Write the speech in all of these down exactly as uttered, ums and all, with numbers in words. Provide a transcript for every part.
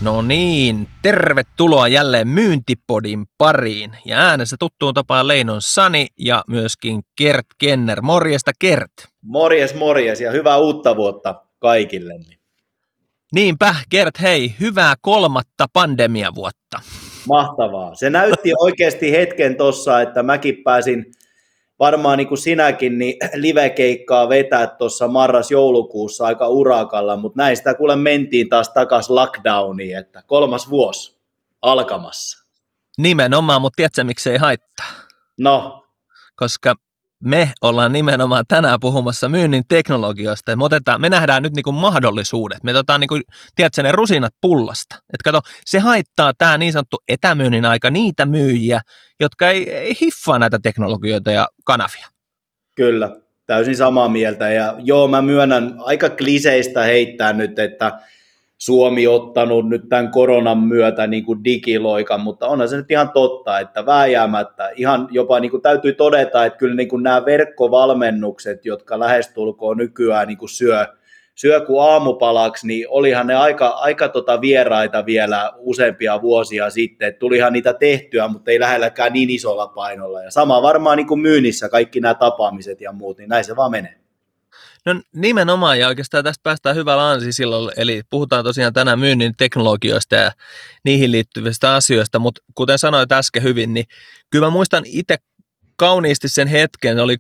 No niin, tervetuloa jälleen Myyntipodin pariin. Ja äänessä tuttuun tapaan Leinon Sani ja myöskin Kert Kenner. Morjesta Kert. Morjes, morjes ja hyvää uutta vuotta kaikille. Niinpä, Kert, hei, hyvää kolmatta pandemiavuotta. Mahtavaa. Se näytti oikeasti hetken tuossa, että mäkin pääsin varmaan niin kuin sinäkin niin livekeikkaa vetää tuossa marras-joulukuussa aika urakalla, mutta näistä kuule mentiin taas takaisin lockdowniin, että kolmas vuosi alkamassa. Nimenomaan, mutta tiedätkö miksi ei haittaa? No. Koska me ollaan nimenomaan tänään puhumassa myynnin teknologioista ja me, otetaan, me nähdään nyt niinku mahdollisuudet. Me otetaan niinku, tiedätkö, ne rusinat pullasta. Et kato, se haittaa tämä niin sanottu etämyynnin aika niitä myyjiä, jotka ei, ei hiffaa näitä teknologioita ja kanavia. Kyllä, täysin samaa mieltä. Ja joo, mä myönnän aika kliseistä heittää nyt, että Suomi ottanut nyt tämän koronan myötä niin kuin digiloikan, mutta onhan se nyt ihan totta, että vääjäämättä ihan jopa niin kuin täytyy todeta, että kyllä niin kuin nämä verkkovalmennukset, jotka lähestulkoon nykyään niin kuin syö, syö kuin aamupalaksi, niin olihan ne aika, aika tota vieraita vielä useampia vuosia sitten, että tulihan niitä tehtyä, mutta ei lähelläkään niin isolla painolla. Ja sama varmaan niin kuin myynnissä, kaikki nämä tapaamiset ja muut, niin näin se vaan menee. No nimenomaan, ja oikeastaan tästä päästään hyvällä ansisillalle, eli puhutaan tosiaan tänään myynnin teknologioista ja niihin liittyvistä asioista, mutta kuten sanoit äsken hyvin, niin kyllä mä muistan itse kauniisti sen hetken, oli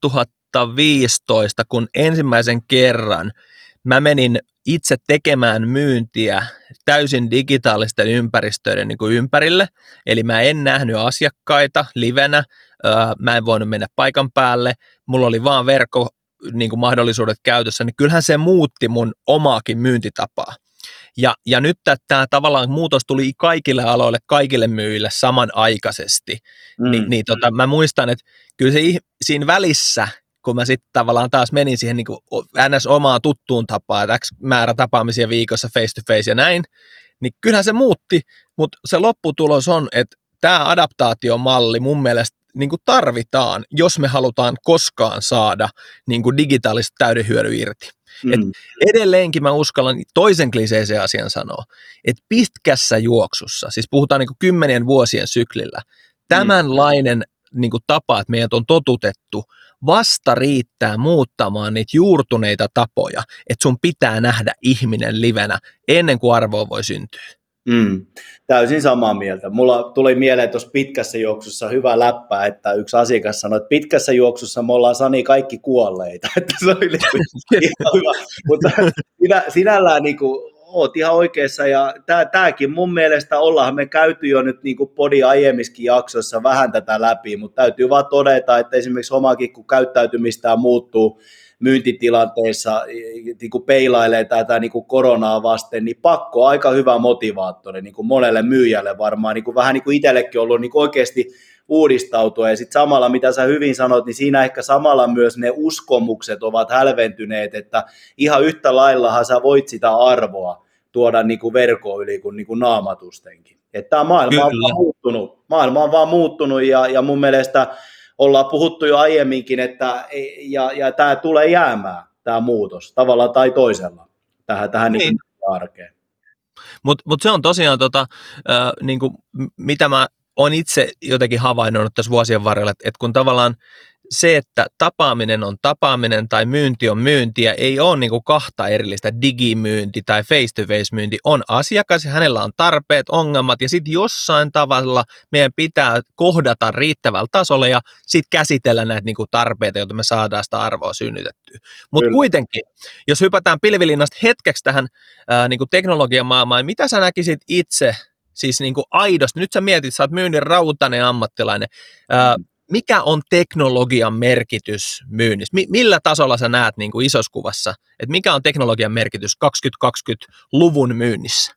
kaksituhattaviisitoista, kun ensimmäisen kerran mä menin itse tekemään myyntiä täysin digitaalisten ympäristöiden niin kuin ympärille, eli mä en nähnyt asiakkaita livenä, mä en voinut mennä paikan päälle, mulla oli vaan verkko, niin kuin mahdollisuudet käytössä, niin kyllähän se muutti mun omaakin myyntitapaa. Ja, ja nyt tämä tavallaan muutos tuli kaikille aloille, kaikille myyjille samanaikaisesti. Mm. Ni, niin tota, mä muistan, että kyllä se siinä välissä, kun mä sitten tavallaan taas menin siihen niin kuin ns. Omaan tuttuun tapaan, että X määrä tapaamisia viikossa face to face ja näin, niin kyllähän se muutti, mutta se lopputulos on, että tämä adaptaatiomalli mun mielestä niin kuin tarvitaan, jos me halutaan koskaan saada niin kuin digitaalista täydenhyödy irti. Mm. Et edelleenkin mä uskallan toisen kliseisen asian sanoa, että pitkässä juoksussa, siis puhutaan niin kuin kymmenien vuosien syklillä, tämänlainen niin kuin tapa, että meidät on totutettu, vasta riittää muuttamaan niitä juurtuneita tapoja, että sun pitää nähdä ihminen livenä ennen kuin arvoa voi syntyä. Mm, täysin samaa mieltä. Mulla tuli mieleen tuossa pitkässä juoksussa hyvä läppä, että yksi asiakas sanoi, että pitkässä juoksussa me ollaan Sani kaikki kuolleita. Että se oli ihan hyvä. Mutta sinä, sinällään niin kuin, oot ihan oikeassa ja tämäkin mun mielestä ollaan me käyty jo nyt niin kuin podi aiemmiskin jaksoissa vähän tätä läpi, mutta täytyy vaan todeta, että esimerkiksi omakin kun käyttäytymistään muuttuu myyntitilanteessa niin kuin peilailee tätä niin kuin koronaa vasten, niin pakko aika hyvä motivaattori niin kuin monelle myyjälle varmaan, niin kuin vähän niin kuin itsellekin ollut niin kuin oikeasti uudistautua, ja sitten samalla, mitä sä hyvin sanot, niin siinä ehkä samalla myös ne uskomukset ovat hälventyneet, että ihan yhtä laillahan sä voit sitä arvoa tuoda niin kuin verkon yli kuin, niin kuin naamatustenkin. Että tämä maailma on vaan muuttunut, maailma on vaan muuttunut, ja, ja mun mielestä ollaan puhuttu jo aiemminkin, että ja, ja tämä tulee jäämään, tämä muutos, tavalla tai toisella, tähän, tähän niin. Niin arkeen. Mutta mut se on tosiaan, tota, äh, niinku, mitä mä oon itse jotenkin havainnut tässä vuosien varrella, että et kun tavallaan se, että tapaaminen on tapaaminen tai myynti on myyntiä, ei ole niin kuin kahta erillistä digimyynti tai face-to-face myynti, on asiakas ja hänellä on tarpeet, ongelmat ja sitten jossain tavalla meidän pitää kohdata riittävällä tasolla ja sitten käsitellä näitä niin kuin tarpeita, joita me saadaan sitä arvoa synnytettyä. Mutta kuitenkin, jos hypätään pilvilinnasta hetkeksi tähän ää, niin kuin teknologian maailmaan, mitä sä näkisit itse, siis niin kuin aidosti, nyt sä mietit, sä oot myynnin rautainen ammattilainen, ää, mikä on teknologian merkitys myynnissä? Millä tasolla sä näet niin kuin isossa kuvassa, että mikä on teknologian merkitys kaksituhattakaksikymmentäluvun myynnissä?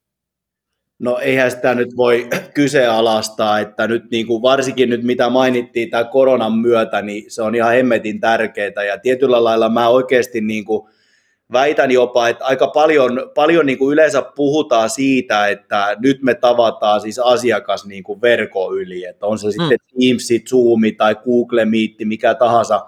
No eihän sitä nyt voi kyseenalaistaa, että nyt niin kuin varsinkin nyt mitä mainittiin tämän koronan myötä, niin se on ihan hemmetin tärkeää ja tietyllä lailla mä oikeasti niin kuin väitän jopa, että aika paljon, paljon niin kuin yleensä puhutaan siitä, että nyt me tavataan siis asiakas niin kuin verkon yli, että on se mm. sitten Teams, Zoom tai Google Meet, mikä tahansa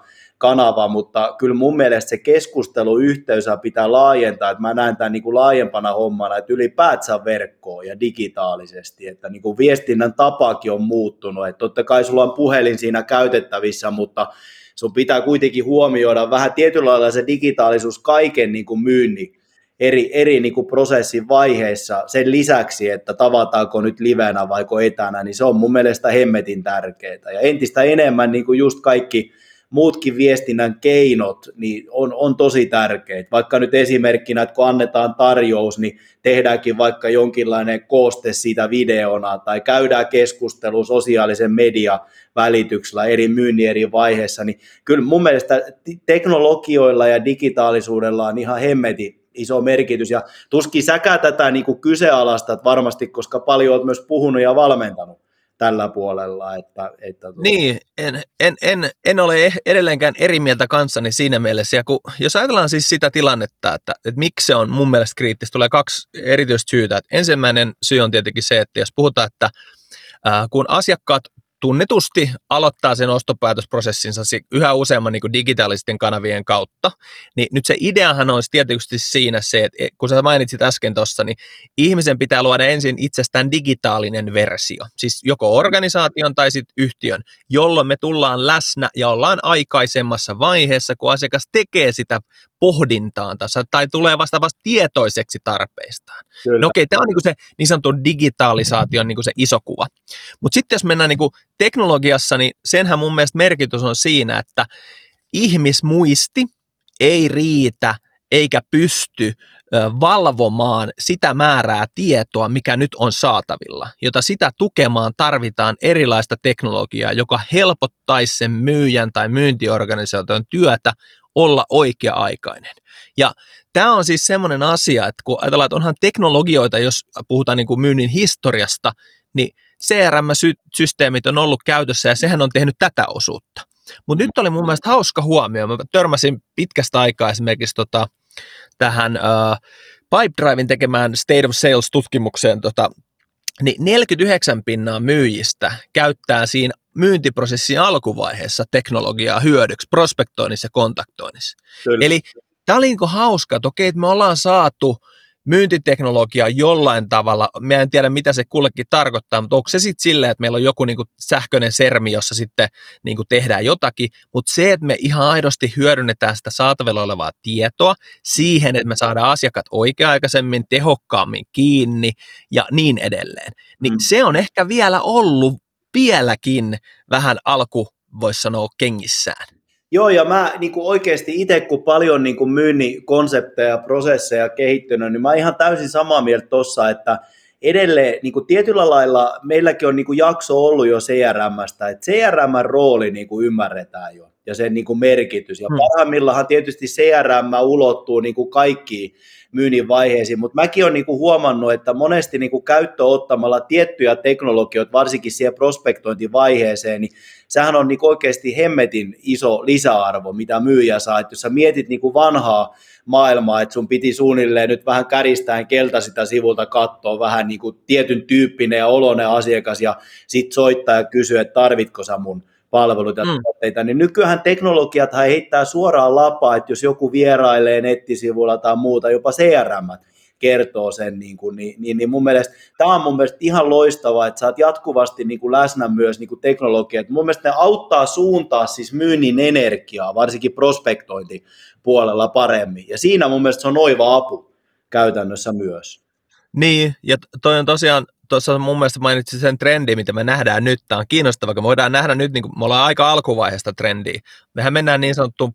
kanava, mutta kyllä mun mielestä se keskusteluyhteys pitää laajentaa, että mä näen tämän niin kuin laajempana hommana, että ylipäätään verkkoon ja digitaalisesti, että niin kuin viestinnän tapakin on muuttunut, että totta kai sulla on puhelin siinä käytettävissä, mutta sun pitää kuitenkin huomioida vähän tietyllä lailla se digitaalisuus kaiken niin kuin myynnin eri, eri niin kuin prosessin vaiheissa sen lisäksi, että tavataanko nyt livenä vaiko etänä, niin se on mun mielestä hemmetin tärkeää. Ja entistä enemmän niin kuin just kaikki muutkin viestinnän keinot niin on, on tosi tärkeitä. Vaikka nyt esimerkkinä, että kun annetaan tarjous, niin tehdäänkin vaikka jonkinlainen kooste siitä videona tai käydään keskustelu sosiaalisen median välityksellä eri myynnin eri vaiheissa, niin kyllä mun mielestä teknologioilla ja digitaalisuudella on ihan hemmetin iso merkitys, ja tuskin säkään tätä niin kuin kyseenalaistat varmasti, koska paljon olet myös puhunut ja valmentanut tällä puolella. Että, että niin, en, en, en, en ole edelleenkään eri mieltä kanssani siinä mielessä, ja kun, jos ajatellaan siis sitä tilannetta, että, että miksi se on mun mielestä kriittistä, tulee kaksi erityistä syytä. Että ensimmäinen syy on tietenkin se, että jos puhutaan, että ää, kun asiakkaat tunnetusti aloittaa sen ostopäätösprosessinsa yhä useamman niin kuin digitaalisten kanavien kautta, niin nyt se ideahan olisi tietysti siinä se, että kun sä mainitsit äsken tuossa, niin ihmisen pitää luoda ensin itsestään digitaalinen versio, siis joko organisaation tai sitten yhtiön, jolloin me tullaan läsnä ja ollaan aikaisemmassa vaiheessa, kun asiakas tekee sitä pohdintaan tässä, tai tulee vasta vasta tietoiseksi tarpeistaan. Kyllä. No okei, tämä on niin kuin se niin sanottu digitalisaation niin kuin se iso kuva. Mutta sitten jos mennään niin kuin teknologiassa, niin senhän mun mielestä merkitys on siinä, että ihmismuisti ei riitä eikä pysty valvomaan sitä määrää tietoa, mikä nyt on saatavilla, jota sitä tukemaan tarvitaan erilaista teknologiaa, joka helpottaisi sen myyjän tai myyntiorganisaation työtä olla oikea-aikainen. Ja tämä on siis semmoinen asia, että kun ajatellaan, että onhan teknologioita, jos puhutaan niin kuin myynnin historiasta, niin C R M-systeemit on ollut käytössä ja sehän on tehnyt tätä osuutta. Mutta nyt oli mun mielestä hauska huomio. Mä törmäsin pitkästä aikaa esimerkiksi tota, tähän uh, Pipedriven tekemään State of Sales-tutkimukseen, tota, niin neljäkymmentäyhdeksän pinnaa myyjistä käyttää siinä myyntiprosessin alkuvaiheessa teknologiaa hyödyksi prospektoinnissa ja kontaktoinnissa. Kyllä. Eli tämä oli niin kuin hauska, että okei, että me ollaan saatu myyntiteknologiaa jollain tavalla, mä en tiedä mitä se kullekin tarkoittaa, mutta onko se sitten silleen, että meillä on joku niin kuin sähköinen sermi, jossa sitten niin kuin tehdään jotakin, mutta se, että me ihan aidosti hyödynnetään sitä saatavilla olevaa tietoa siihen, että me saadaan asiakkaat oikea-aikaisemmin, tehokkaammin kiinni ja niin edelleen, niin mm. se on ehkä vielä ollut vieläkin vähän alku, voisi sanoa, kengissään. Joo, ja mä niin kuin oikeasti itse, kun paljon niin kuin myynnin konsepteja ja prosesseja kehittynyt, niin mä oon ihan täysin samaa mieltä tuossa, että edelleen niin kuin tietyllä lailla meilläkin on niin kuin jakso ollut jo C R M:stä, että C R M:n rooli niin kuin ymmärretään jo ja sen niin kuin merkitys. Ja parhaimmillaan tietysti C R M ulottuu niin kuin kaikkiin myynnin vaiheisiin, mutta mäkin olen niin kuin huomannut, että monesti niin kuin käyttöön ottamalla tiettyjä teknologioita, varsinkin siihen prospektointivaiheeseen, niin sehän on niin kuin oikeasti hemmetin iso lisäarvo, mitä myyjä saa. Että jos sä mietit niin kuin vanhaa maailmaa, että sun piti suunnilleen nyt vähän käristään kelta sitä sivulta katsoa vähän niin kuin tietyn tyyppinen ja oloinen asiakas ja sit soittaa ja kysyä, että tarvitko sä mun palveluita ja tuotteita, mm. niin nykyään teknologiat heittää suoraan lapaa, että jos joku vierailee nettisivuilla tai muuta, jopa C R M kertoo sen, niin, kuin, niin, niin, niin mun mielestä tämä on mun mielestä ihan loistavaa, että sä oot jatkuvasti niin kuin läsnä myös niin kuin teknologiat. Mun mielestä ne auttaa suuntaa siis myynnin energiaa, varsinkin prospektointipuolella paremmin, ja siinä mun mielestä se on oiva apu käytännössä myös. Niin, ja toi on tosiaan, tuossa mun mielestä mainitsin sen trendin, mitä me nähdään nyt. Tämä on kiinnostavaa, kun me voidaan nähdä nyt, niin kuin me ollaan aika alkuvaiheesta trendiä. Mehän mennään niin sanottuun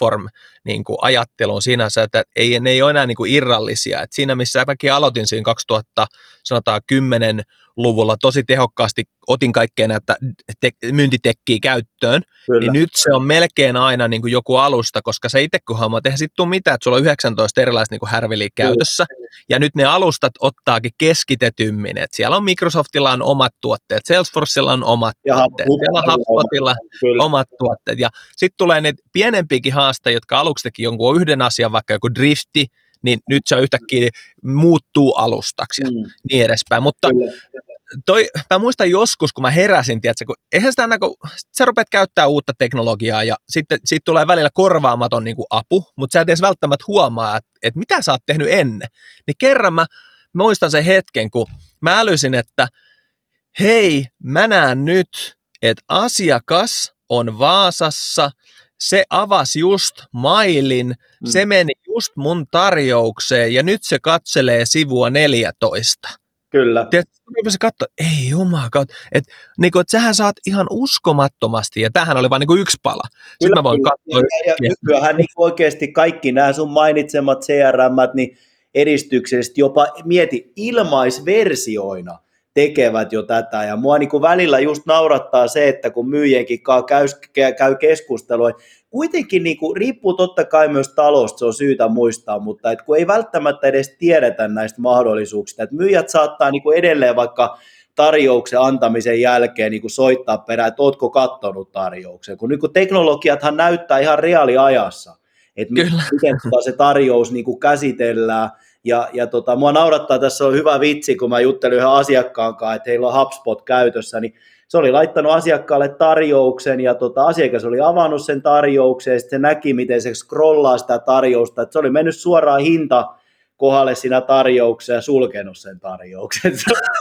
platform-ajatteluun siinä, että ei, ne ei ole enää niin kuin irrallisia. Et siinä, missä mäkin aloitin siinä kaksituhattakymmenen-luvulla tosi tehokkaasti, otin kaikkea näitä te- myyntitekkiä käyttöön, Kyllä. niin nyt se on melkein aina niin kuin joku alusta, koska se itse kun homma tehdä sitten mitään, että sulla on yhdeksäntoista erilaista niin kuin härveliä käytössä, ja nyt ne alustat ottaakin keskitetymmin, että siellä on Microsoftilla on omat tuotteet, Salesforcella on omat ja tuotteet, siellä on HubSpotilla Kyllä. omat tuotteet, ja sitten tulee ne pienempiäkin haasteita, jotka aluksi teki jonkun yhden asian, vaikka joku drifti, niin nyt se yhtäkkiä muuttuu alustaksi ja mm. niin edespäin, mutta Kyllä. toi, mä muistan joskus, kun mä heräsin, tiedätkö, kun eihän sitä aina, kun sä rupeat käyttää uutta teknologiaa ja sitten siitä tulee välillä korvaamaton niin kuin apu, mutta sä et edes välttämättä huomaa, että, että mitä sä oot tehnyt ennen. Niin kerran mä muistan sen hetken, kun mä älysin, että hei, mä näen nyt, että asiakas on Vaasassa, se avasi just mailin, mm. se meni just mun tarjoukseen ja nyt se katselee sivua neljätoista. Kyllä. Tiedätkö, se katsoi, ei jumakautta, että niinku, et sähän saat ihan uskomattomasti, ja tämähän oli vain niinku yksi pala. Sitten kyllä, mä voin kyllä. katsoa. Ja, ja nykyään niin oikeasti kaikki nämä sun mainitsemat C R M:t, niin edistyksellisesti jopa mieti ilmaisversioina tekevät jo tätä, ja mua niin kuin välillä just naurattaa se, että kun myyjienkin käy, käy keskustelua, kuitenkin niin kuin, riippuu totta kai myös talosta, se on syytä muistaa, mutta et kun ei välttämättä edes tiedetä näistä mahdollisuuksista, että myyjät saattaa niin kuin edelleen vaikka tarjouksen antamisen jälkeen niin kuin soittaa perään, että ootko katsonut tarjouksen, kun niin kuin teknologiathan näyttää ihan reaaliajassa, että miten, miten se tarjous niin kuin käsitellään. Ja, ja tota, mua naurattaa, tässä on hyvä vitsi, kun mä juttelin yhden asiakkaan kanssa, että heillä on HubSpot käytössä, niin se oli laittanut asiakkaalle tarjouksen, ja tota, asiakas oli avannut sen tarjouksen, ja sitten se näki, miten se scrollaa sitä tarjousta, että se oli mennyt suoraan hinta kohdalle siinä tarjouksessa ja sulkenut sen tarjouksen.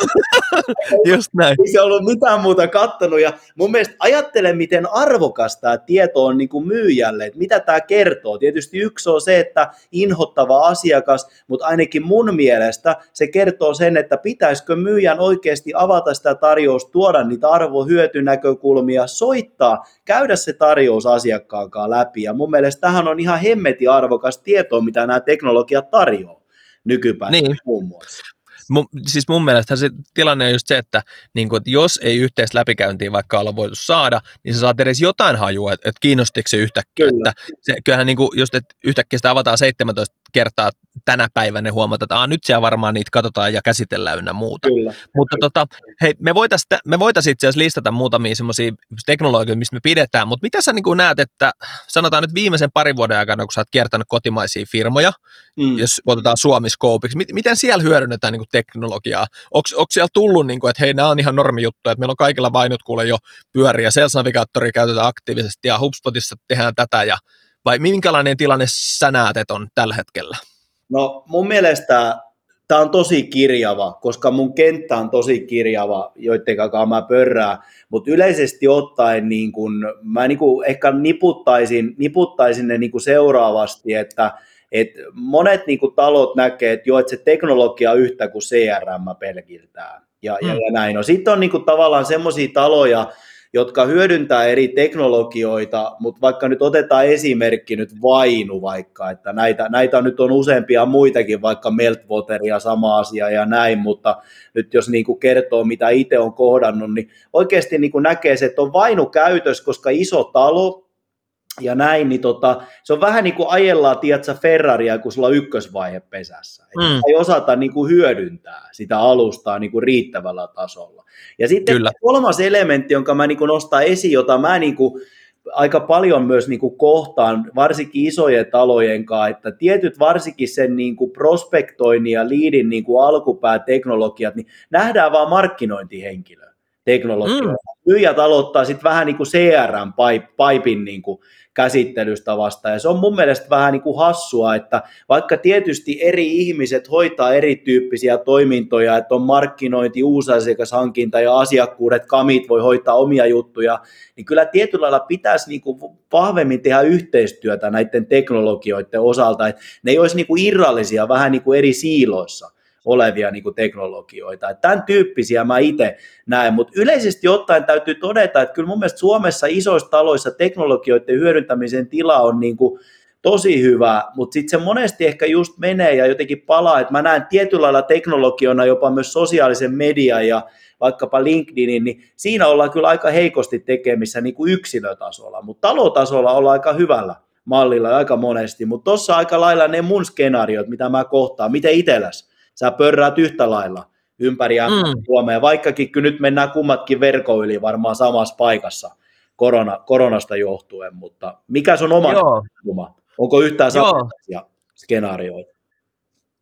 Just näin. Ei se ollut mitään muuta kattonut, ja mun mielestä ajattelen, miten arvokas tämä tieto on niin kuin myyjälle, että mitä tämä kertoo. Tietysti yksi on se, että inhottava asiakas, mutta ainakin mun mielestä se kertoo sen, että pitäisikö myyjän oikeasti avata sitä tarjousta, tuoda niitä arvohyötynäkökulmia, soittaa, käydä se tarjous asiakkaankaan läpi, ja mun mielestä tähän on ihan hemmetin arvokas tieto, mitä nämä teknologiat tarjoaa nykypäivänä niin. Muun muassa. Mun, siis mun mielestä se tilanne on just se, että, niin kun, että jos ei yhteistä läpikäyntiä vaikka olla voitu saada, niin sä saat edes jotain hajua, että, että kiinnostiko se yhtäkkiä. Kyllä. Että se, kyllähän niin kun, just, että yhtäkkiä sitä avataan seitsemäntoista kertaa tänä päivänä ja huomataan, että nyt siellä varmaan niitä katsotaan ja käsitellään ynnä muuta. Kyllä. Mutta tota, hei, me voitaisiin me voitais itse asiassa listata muutamia semmoisia teknologioita, mistä me pidetään, mutta mitä sä niin kun näet, että sanotaan nyt viimeisen parin vuoden aikana, kun sä oot kiertänyt kotimaisia firmoja, mm. jos otetaan Suomi-skoopiksi, miten siellä hyödynnetään niin kun teknologiaa? Onko siellä tullut, niin kuin, että hei, nämä on ihan normijuttuja, että meillä on kaikilla vainot kuule jo pyöriä, Sales Navigaattoria käytetään aktiivisesti ja HubSpotissa tehdään tätä, ja, vai minkälainen tilanne sä näet, että on tällä hetkellä? No mun mielestä tämä on tosi kirjava, koska mun kenttä on tosi kirjava, joiden kanssa mä pörrään, mutta yleisesti ottaen niin kun, mä niin kun ehkä niputtaisin, niputtaisin ne niin kun seuraavasti, että et monet niin kun, talot näkee, että jo, että se teknologia on yhtä kuin C R M pelkiltään ja, mm. ja, ja näin. No, sitten on niin kun, tavallaan semmoisia taloja, jotka hyödyntää eri teknologioita, mutta vaikka nyt otetaan esimerkki nyt Vainu vaikka, että näitä, näitä nyt on useampia muitakin, vaikka Meltwater ja sama asia ja näin, mutta nyt jos niin kuin kertoo, mitä itse on kohdannut, niin oikeasti niin kuin näkee se, että on Vainu käytös, koska iso talo ja näin, niin tota, se on vähän niin kuin ajellaan, tiedätkö, Ferraria, kun sulla on ykkösvaihe pesässä. Mm. Ei osata niin kuin hyödyntää sitä alustaa niin kuin riittävällä tasolla. Ja sitten Kyllä. kolmas elementti, jonka mä niin kuin nostan esiin, jota mä niin kuin aika paljon myös niin kuin kohtaan, varsinkin isojen talojen kanssa, että tietyt varsinkin sen niin kuin prospektoinnin ja liidin niin kuin alkupääteknologiat, niin nähdään vaan markkinointihenkilö teknologioita. Mm. Myyjät aloittaa sitten vähän niin kuin C R M-paipin niin kuin käsittelystä vasta, ja se on mun mielestä vähän niin kuin hassua, että vaikka tietysti eri ihmiset hoitaa erityyppisiä toimintoja, että on markkinointi, uusasiakashankinta ja asiakkuudet, kamit voi hoitaa omia juttuja, niin kyllä tietyllä lailla pitäisi niin kuin vahvemmin tehdä yhteistyötä näiden teknologioiden osalta, että ne ei olisi niin kuin irrallisia vähän niin kuin eri siiloissa olevia niin kuin teknologioita. Että tämän tyyppisiä mä itse näen, mutta yleisesti ottaen täytyy todeta, että kyllä mun mielestä Suomessa isoissa taloissa teknologioiden hyödyntämisen tila on niin kuin tosi hyvä, mutta sitten se monesti ehkä just menee ja jotenkin palaa, että mä näen tietyllä lailla teknologiona jopa myös sosiaalisen median ja vaikkapa LinkedInin, niin siinä ollaan kyllä aika heikosti tekemissä niin kuin yksilötasolla, mutta talotasolla ollaan aika hyvällä mallilla aika monesti, mutta tuossa aika lailla ne mun skenaariot, mitä mä kohtaan, miten itselläs sä pörräät yhtä lailla ympäri mm. Suomea, vaikkakin kyllä nyt mennään kummatkin verkon yli varmaan samassa paikassa korona, koronasta johtuen, mutta mikä sun oma Joo. Onko yhtään samanlaisia skenaarioita?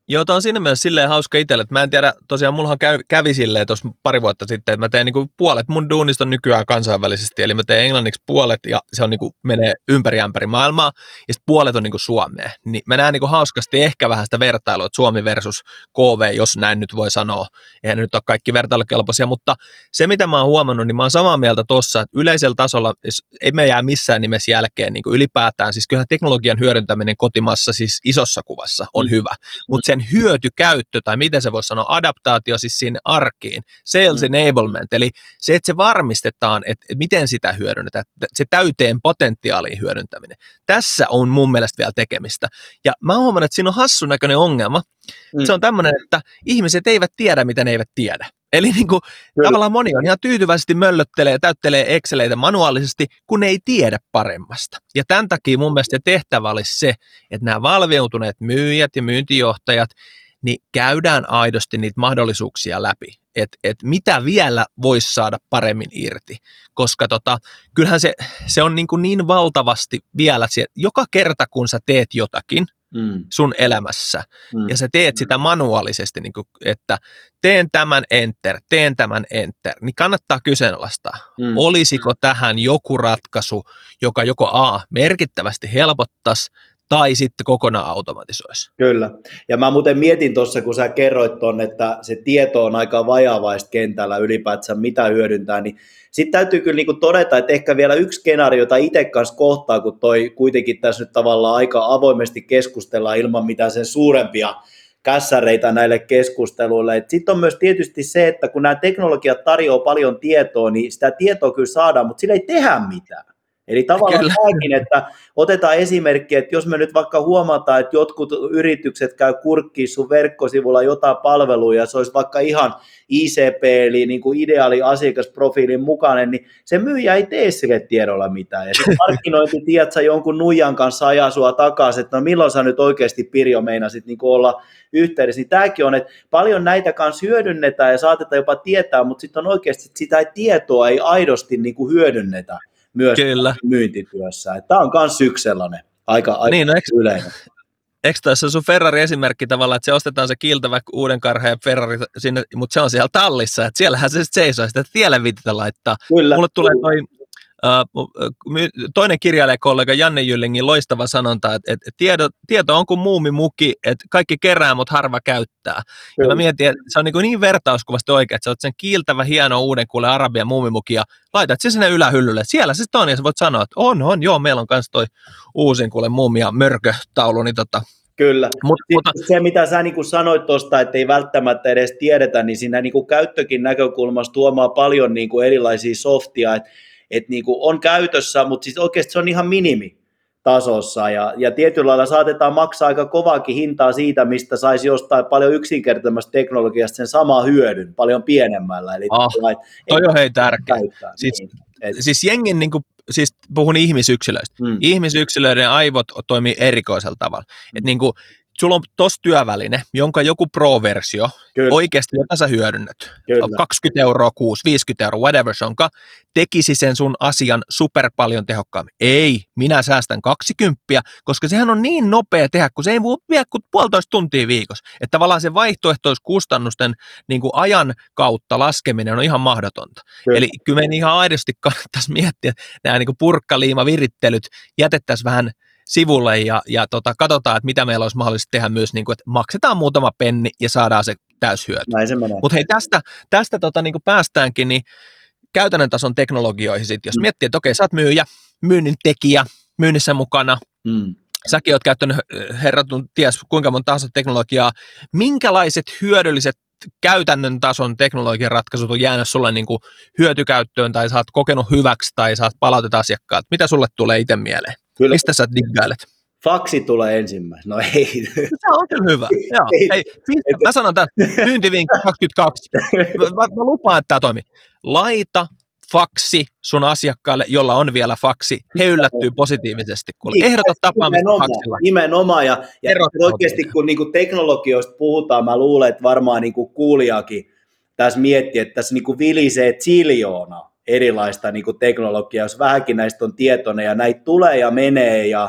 Joo, tämä on siinä mielessä silleen hauska itselle, että mä en tiedä, tosiaan mullahan käy, kävi silleen tuossa pari vuotta sitten, että mä teen niinku puolet mun duunista on nykyään kansainvälisesti, eli mä teen englanniksi puolet ja se on niinku, menee ympäri ämpäri maailmaa ja sitten puolet on niinku Suomea. Niin mä näen niinku hauskasti ehkä vähän sitä vertailua, että Suomi versus K V, jos näin nyt voi sanoa, eihän nyt ole kaikki vertailukelpoisia, mutta se mitä mä oon huomannut, niin mä oon samaa mieltä tossa, että yleisellä tasolla ei me jää missään nimessä jälkeen niinku ylipäätään, siis kyllähän teknologian hyödyntäminen kotimaassa siis isossa kuvassa on mm. hyvä, mutta sen hyötykäyttö, tai miten se voisi sanoa, adaptaatio siis sinne arkiin, sales mm. enablement, eli se, että se varmistetaan, että, että miten sitä hyödynnetään, se täyteen potentiaaliin hyödyntäminen. Tässä on mun mielestä vielä tekemistä. Ja mä huomaan, että siinä on hassun näköinen ongelma. Mm. Se on tämmöinen, että ihmiset eivät tiedä, mitä ne eivät tiedä. Eli niin kuin, tavallaan moni on ihan tyytyväisesti möllöttelee ja täyttelee Exceleitä manuaalisesti, kun ne ei tiedä paremmasta. Ja tämän takia mun mielestä tehtävä olisi se, että nämä valveutuneet myyjät ja myyntijohtajat, niin käydään aidosti niitä mahdollisuuksia läpi, että et mitä vielä voisi saada paremmin irti, koska tota, kyllähän se, se on niin, kuin niin valtavasti vielä, että joka kerta kun sä teet jotakin, Mm. sun elämässä, mm. ja sä teet sitä manuaalisesti, niin kuin, että teen tämän enter, teen tämän enter, niin kannattaa kyseenalaistaa, mm. olisiko tähän joku ratkaisu, joka joko A, merkittävästi helpottaisi, tai sitten kokonaan automatisoisi. Kyllä, ja mä muuten mietin tuossa, kun sä kerroit ton, että se tieto on aika vajavaista kentällä ylipäätään, mitä hyödyntää, niin sitten täytyy kyllä niinku todeta, että ehkä vielä yksi skenaario, jota itse kanssa kohtaa, kun toi kuitenkin tässä nyt tavallaan aika avoimesti keskustellaan ilman mitään sen suurempia kässäreitä näille keskusteluille. Sitten on myös tietysti se, että kun nämä teknologiat tarjoaa paljon tietoa, niin sitä tietoa kyllä saadaan, mutta sillä ei tehdä mitään. Eli tavallaan tämäkin, että otetaan esimerkki, että jos me nyt vaikka huomataan, että jotkut yritykset käy kurkkiin sun verkkosivulla jotain palveluja, ja se olisi vaikka ihan I C P, eli niin kuin ideaali asiakasprofiilin mukainen, niin se myyjä ei tee sille tiedolla mitään. Ja sitten markkinointi, tiedät sä, jonkun nuijan kanssa ajaa sua takaisin, että no milloin sä nyt oikeasti, Pirjo, meinasit niin kuin olla yhteydessä. Niin tämäkin on, että paljon näitä kanssa hyödynnetään ja saatetaan jopa tietää, mutta sitten on oikeasti, että sitä tietoa ei aidosti niin kuin hyödynnetä myös Kyllä. myyntityössä. Tämä on myös yksi sellainen aika, aika niin, no, yleinen. Eikö tässä sun Ferrari-esimerkki tavallaan, että se ostetaan se kiiltävä uuden karheen Ferrari sinne, mutta se on siellä tallissa, että siellähän se sitten seisoo, sitä tielle viititä laittaa. Kyllä. Mulle tulee toi uh, toinen kirjailijakollega Janne Jyllingin loistava sanonta, että, että tieto, tieto on kuin muumimuki, että kaikki kerää, mutta harva käyttää. Kyllä. Ja mä mietin, että se on niin, niin vertauskuvasti oikein, että sä oot sen kiiltävä hieno uuden kuule arabian muumimuki ja laitat se sinne ylähyllylle. Siellä se on ja sä voit sanoa, että on, on, joo, meillä on myös toi uusin kuule muumia mörkötaulu, niin tota. Kyllä. Mut, mutta se, mitä sä niin kuin sanoit tuosta, että ei välttämättä edes tiedetä, niin siinä niin kuin käyttökin näkökulmasta tuomaa paljon niin kuin erilaisia softia, että et niin kuin on käytössä, mutta siis oikeasti se on ihan minimitasossa, ja, ja tietyllä lailla saatetaan maksaa aika kovaakin hintaa siitä, mistä saisi jostain paljon yksinkertaisemmasta teknologiasta sen samaa hyödyn, paljon pienemmällä. Eli ah, toi on hei tärkeä. Siis, niin, siis jengin niin kuin siis puhun ihmisyksilöistä. Mm. Ihmisyksilöiden aivot toimii erikoisella tavalla. Mm. Et niin kuin, sulla on tuossa työväline, jonka joku pro-versio Kyllä. oikeasti, jota sä hyödynnät. Kyllä. kaksikymmentä euroa kuusi, viisikymmentä euroa, whatever se onkaan, tekisi sen sun asian super paljon tehokkaammin. Ei, minä säästän kaksikymmentä, koska sehän on niin nopea tehdä, kun se ei voi vie kuin puolitoista tuntia viikossa. Että tavallaan se vaihtoehtoiskustannusten niin kuin ajan kautta laskeminen on ihan mahdotonta. Kyllä. Eli kyllä meidän ihan aidosti kannattaisi miettiä, että nämä niin kuin purkkaliimavirittelyt jätettäisiin vähän sivulle ja, ja tota, katsotaan, että mitä meillä olisi mahdollista tehdä myös, niin kuin, että maksetaan muutama penni ja saadaan se täyshyöty. Mutta hei, tästä, tästä tota, niin kuin päästäänkin niin käytännön tason teknologioihin. Sit, jos mm. miettii, että okei, sä oot myyjä, myynnin tekijä, myynnissä mukana, mm. säkin oot käyttänyt herratun ties kuinka monta tahansa teknologiaa, minkälaiset hyödylliset käytännön tason teknologian ratkaisut on jäänyt sulle niin kuin hyötykäyttöön tai sä oot kokenut hyväksi tai saat palauteta asiakkaat? Mitä sulle tulee itse mieleen? Kyllä. Mistä sä diggailet? Faksi tulee ensimmäisenä. No ei. Se on kyllä hyvä. Joo. Ei. Hei, mä sanon tämän myyntivinkki kaksikymmentäkaksi. Mä, mä lupaan, että tämä toimii. Laita faksi sun asiakkaalle, jolla on vielä faksi. He yllättyy positiivisesti. Kun niin, ehdotat tapaamista faksilla. Nimenomaan. Ja, ja oikeasti kun niinku teknologioista puhutaan, mä luulen, että varmaan niinku kuulijakin tässä miettii, että tässä niinku vilisee ziljoona erilaista niin kuin teknologiaa, jos vähänkin näistä on tietoinen ja näitä tulee ja menee ja,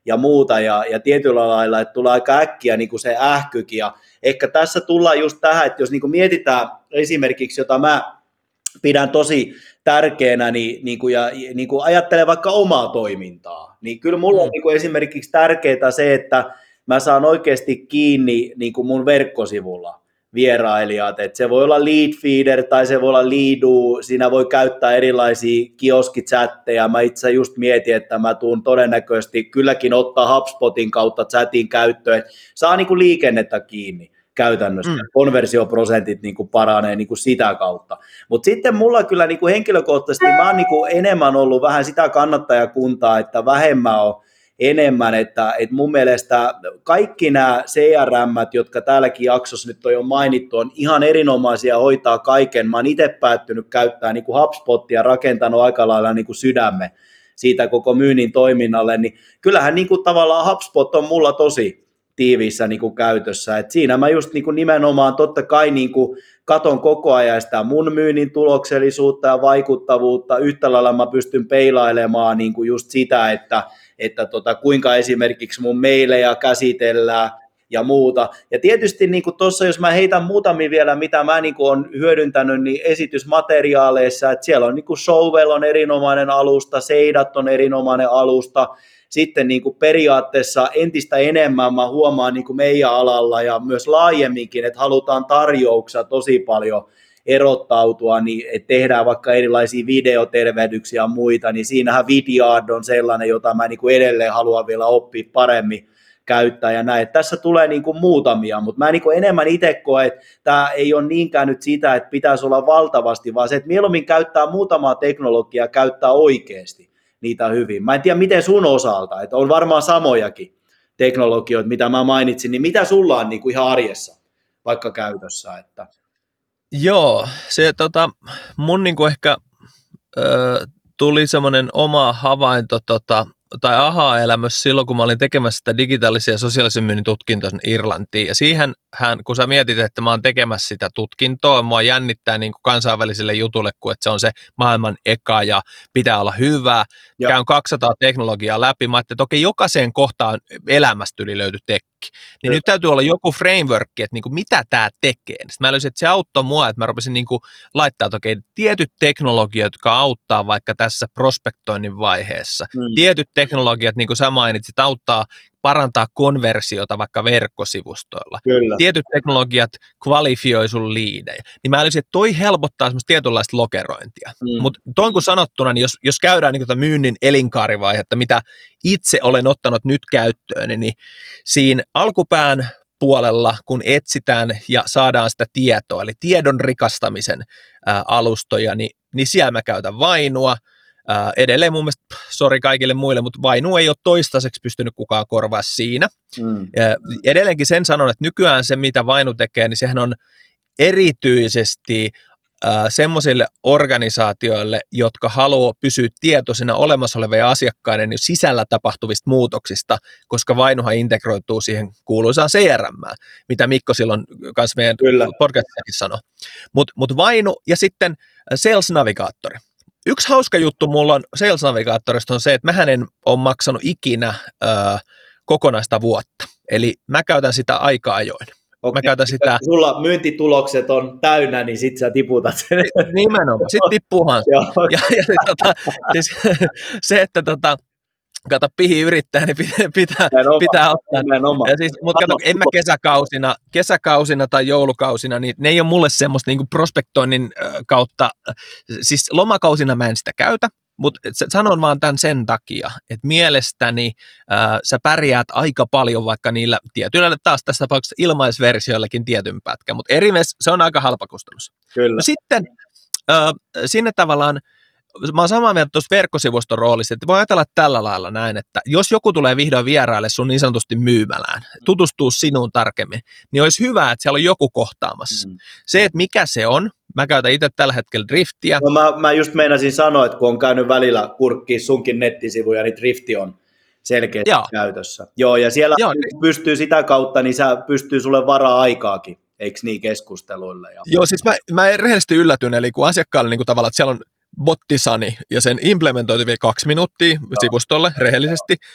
ja muuta, ja, ja tietyllä lailla, että tulee aika äkkiä niin kuin se ähkykin, ja ehkä tässä tullaan just tähän, että jos niin kuin mietitään esimerkiksi, jota mä pidän tosi tärkeänä, niin, niin kuin, ja niin kuin ajattelen vaikka omaa toimintaa, niin kyllä mulla on niin kuin esimerkiksi tärkeää se, että mä saan oikeasti kiinni niin kuin mun verkkosivulla vierailijat, että se voi olla lead feeder tai se voi olla leadu, siinä voi käyttää erilaisia kioskichatteja, mä itse just mietin, että mä tuun todennäköisesti kylläkin ottaa HubSpotin kautta chatin käyttöön, että saa niin kuin liikennettä kiinni käytännössä, mm. konversioprosentit niin kuin paranee niin kuin sitä kautta, mutta sitten mulla kyllä niin kuin henkilökohtaisesti mä oon niin kuin enemmän ollut vähän sitä kannattajakuntaa, että vähemmän on enemmän, että, että mun mielestä kaikki nämä C R M:t, jotka täälläkin jaksossa nyt on jo mainittu, on ihan erinomaisia hoitaa kaiken. Mä oon itse päättynyt käyttää niin kuin HubSpotia, rakentanut aika lailla niin kuin sydämme siitä koko myynnin toiminnalle, niin kyllähän niin kuin tavallaan HubSpot on mulla tosi tiiviissä niin kuin käytössä, että siinä mä just niin kuin nimenomaan totta kai niin kuin katon koko ajan sitä mun myynnin tuloksellisuutta ja vaikuttavuutta, yhtä lailla mä pystyn peilailemaan niin kuin just sitä, että että tota, kuinka esimerkiksi mun mailejä käsitellään ja muuta. Ja tietysti niin tuossa, jos mä heitän muutamia vielä, mitä mä niin olen hyödyntänyt, niin esitysmateriaaleissa, että siellä on niin Showwell on erinomainen alusta, Seidat on erinomainen alusta, sitten niin kuin periaatteessa entistä enemmän mä huomaan niin kuin meidän alalla ja myös laajemminkin, että halutaan tarjouksia tosi paljon erottautua, niin että tehdään vaikka erilaisia videotervehdyksiä ja muita, niin siinähän Vidyard on sellainen, jota mä niin kuin edelleen haluan vielä oppia paremmin käyttää ja näin. Tässä tulee niin kuin muutamia, mutta mä niin kuin enemmän itse koen, että tämä ei ole niinkään nyt sitä, että pitäisi olla valtavasti, vaan se, että mieluummin käyttää muutamaa teknologiaa, käyttää oikeasti niitä hyvin. Mä en tiedä, miten sun osalta, että on varmaan samojakin teknologioita, mitä mä mainitsin, niin mitä sulla on niin kuin ihan arjessa vaikka käytössä, että Joo, se tota, mun niinku ehkä ö, tuli semmoinen oma havainto tota, tai aha-elämys silloin, kun mä olin tekemässä sitä digitaalisia ja sosiaalisen myynnin tutkintoa Irlantiin. Ja siihen, hän, kun sä mietit, että mä oon tekemässä sitä tutkintoa, mua jännittää niin kuin kansainväliselle jutulle, kun että se on se maailman eka ja pitää olla hyvä. Joo. Käyn kaksisataa teknologiaa läpi. Mä ajattelin, että okei, jokaiseen kohtaan elämästä yli löytyi tekki. Niin nyt täytyy olla joku framework, että niin kuin mitä tämä tekee. Sitten mä löysin, että se auttoi mua, että mä rupesin niin kuin laittaa, että okei, tietyt teknologiat, jotka auttaa vaikka tässä prospektoinnin vaiheessa. Mm. Tietyt teknologiat, niin kuin sä mainitsit, auttaa parantaa konversiota vaikka verkkosivustoilla. Kyllä. Tietyt teknologiat kvalifioi sun liidejä. Niin mä olisin, että toi helpottaa semmoista tietynlaista lokerointia. Mm. Mutta toin kun sanottuna, niin jos, jos käydään niin kuin myynnin elinkaarivaihetta, mitä itse olen ottanut nyt käyttöön, niin siinä alkupään puolella, kun etsitään ja saadaan sitä tietoa, eli tiedon rikastamisen ää, alustoja, niin, niin siellä mä käytän Vainua. Uh, edelleen mun mielestä, sori kaikille muille, mutta Vainu ei ole toistaiseksi pystynyt kukaan korvaa siinä. Mm. Uh, edelleenkin sen sanon, että nykyään se, mitä Vainu tekee, niin sehän on erityisesti uh, semmoisille organisaatioille, jotka haluaa pysyä tietoisina olemassa olevien asiakkaiden sisällä tapahtuvista muutoksista, koska Vainuhan integroituu siihen kuuluisaan C R M:ään, mitä Mikko silloin kanssa meidän podcastissakin sanoi. Mutta mut Vainu ja sitten Sales Navigaattori. Yksi hauska juttu mulla on Sales Navigaattorista on se, että mähän en ole maksanut ikinä ö, kokonaista vuotta. Eli mä käytän sitä aika ajoin. Mä käytän sitä... Kun sulla myyntitulokset on täynnä, niin sit sä tiputat sen. Nimenomaan, sit tippuuhan. ja, ja tota, siis, se, että tota, kato, pihi yrittää, niin pitää, pitää, pitää ottaa. Ja siis, mutta kato, en mä kesäkausina, kesäkausina tai joulukausina, niin ne ei ole mulle semmoista niin kuin prospektoinnin kautta, siis lomakausina mä en sitä käytä, mutta sanon vaan tämän sen takia, että mielestäni ää, sä pärjäät aika paljon vaikka niillä tietyillä, taas tässä tapauksessa ilmaisversioillakin tietyn pätkän, mutta eri se on aika halpa kustannus. Kyllä. No sitten ää, sinne tavallaan, mä oon samaa mieltä tuossa verkkosivuston roolissa, että voi ajatella tällä lailla näin, että jos joku tulee vihdoin vieraille sun niin sanotusti myymälään, tutustuu sinuun tarkemmin, niin olisi hyvä, että siellä on joku kohtaamassa. Mm. Se, että mikä se on, mä käytän itse tällä hetkellä Driftiä. No mä, mä just meinasin sanoa, että kun on käynyt välillä kurkkiin sunkin nettisivuja, niin Drifti on selkeästi Joo. käytössä. Joo, ja siellä Joo. pystyy sitä kautta, niin sä pystyy sulle varaa aikaakin, eikö niin keskusteluille? Ja... Joo, siis mä, mä rehellisesti yllätyn, eli kun asiakkaalle niin kuin tavallaan, että siellä on bottisani ja sen implementoitu vielä kaksi minuuttia Joo. sivustolle rehellisesti,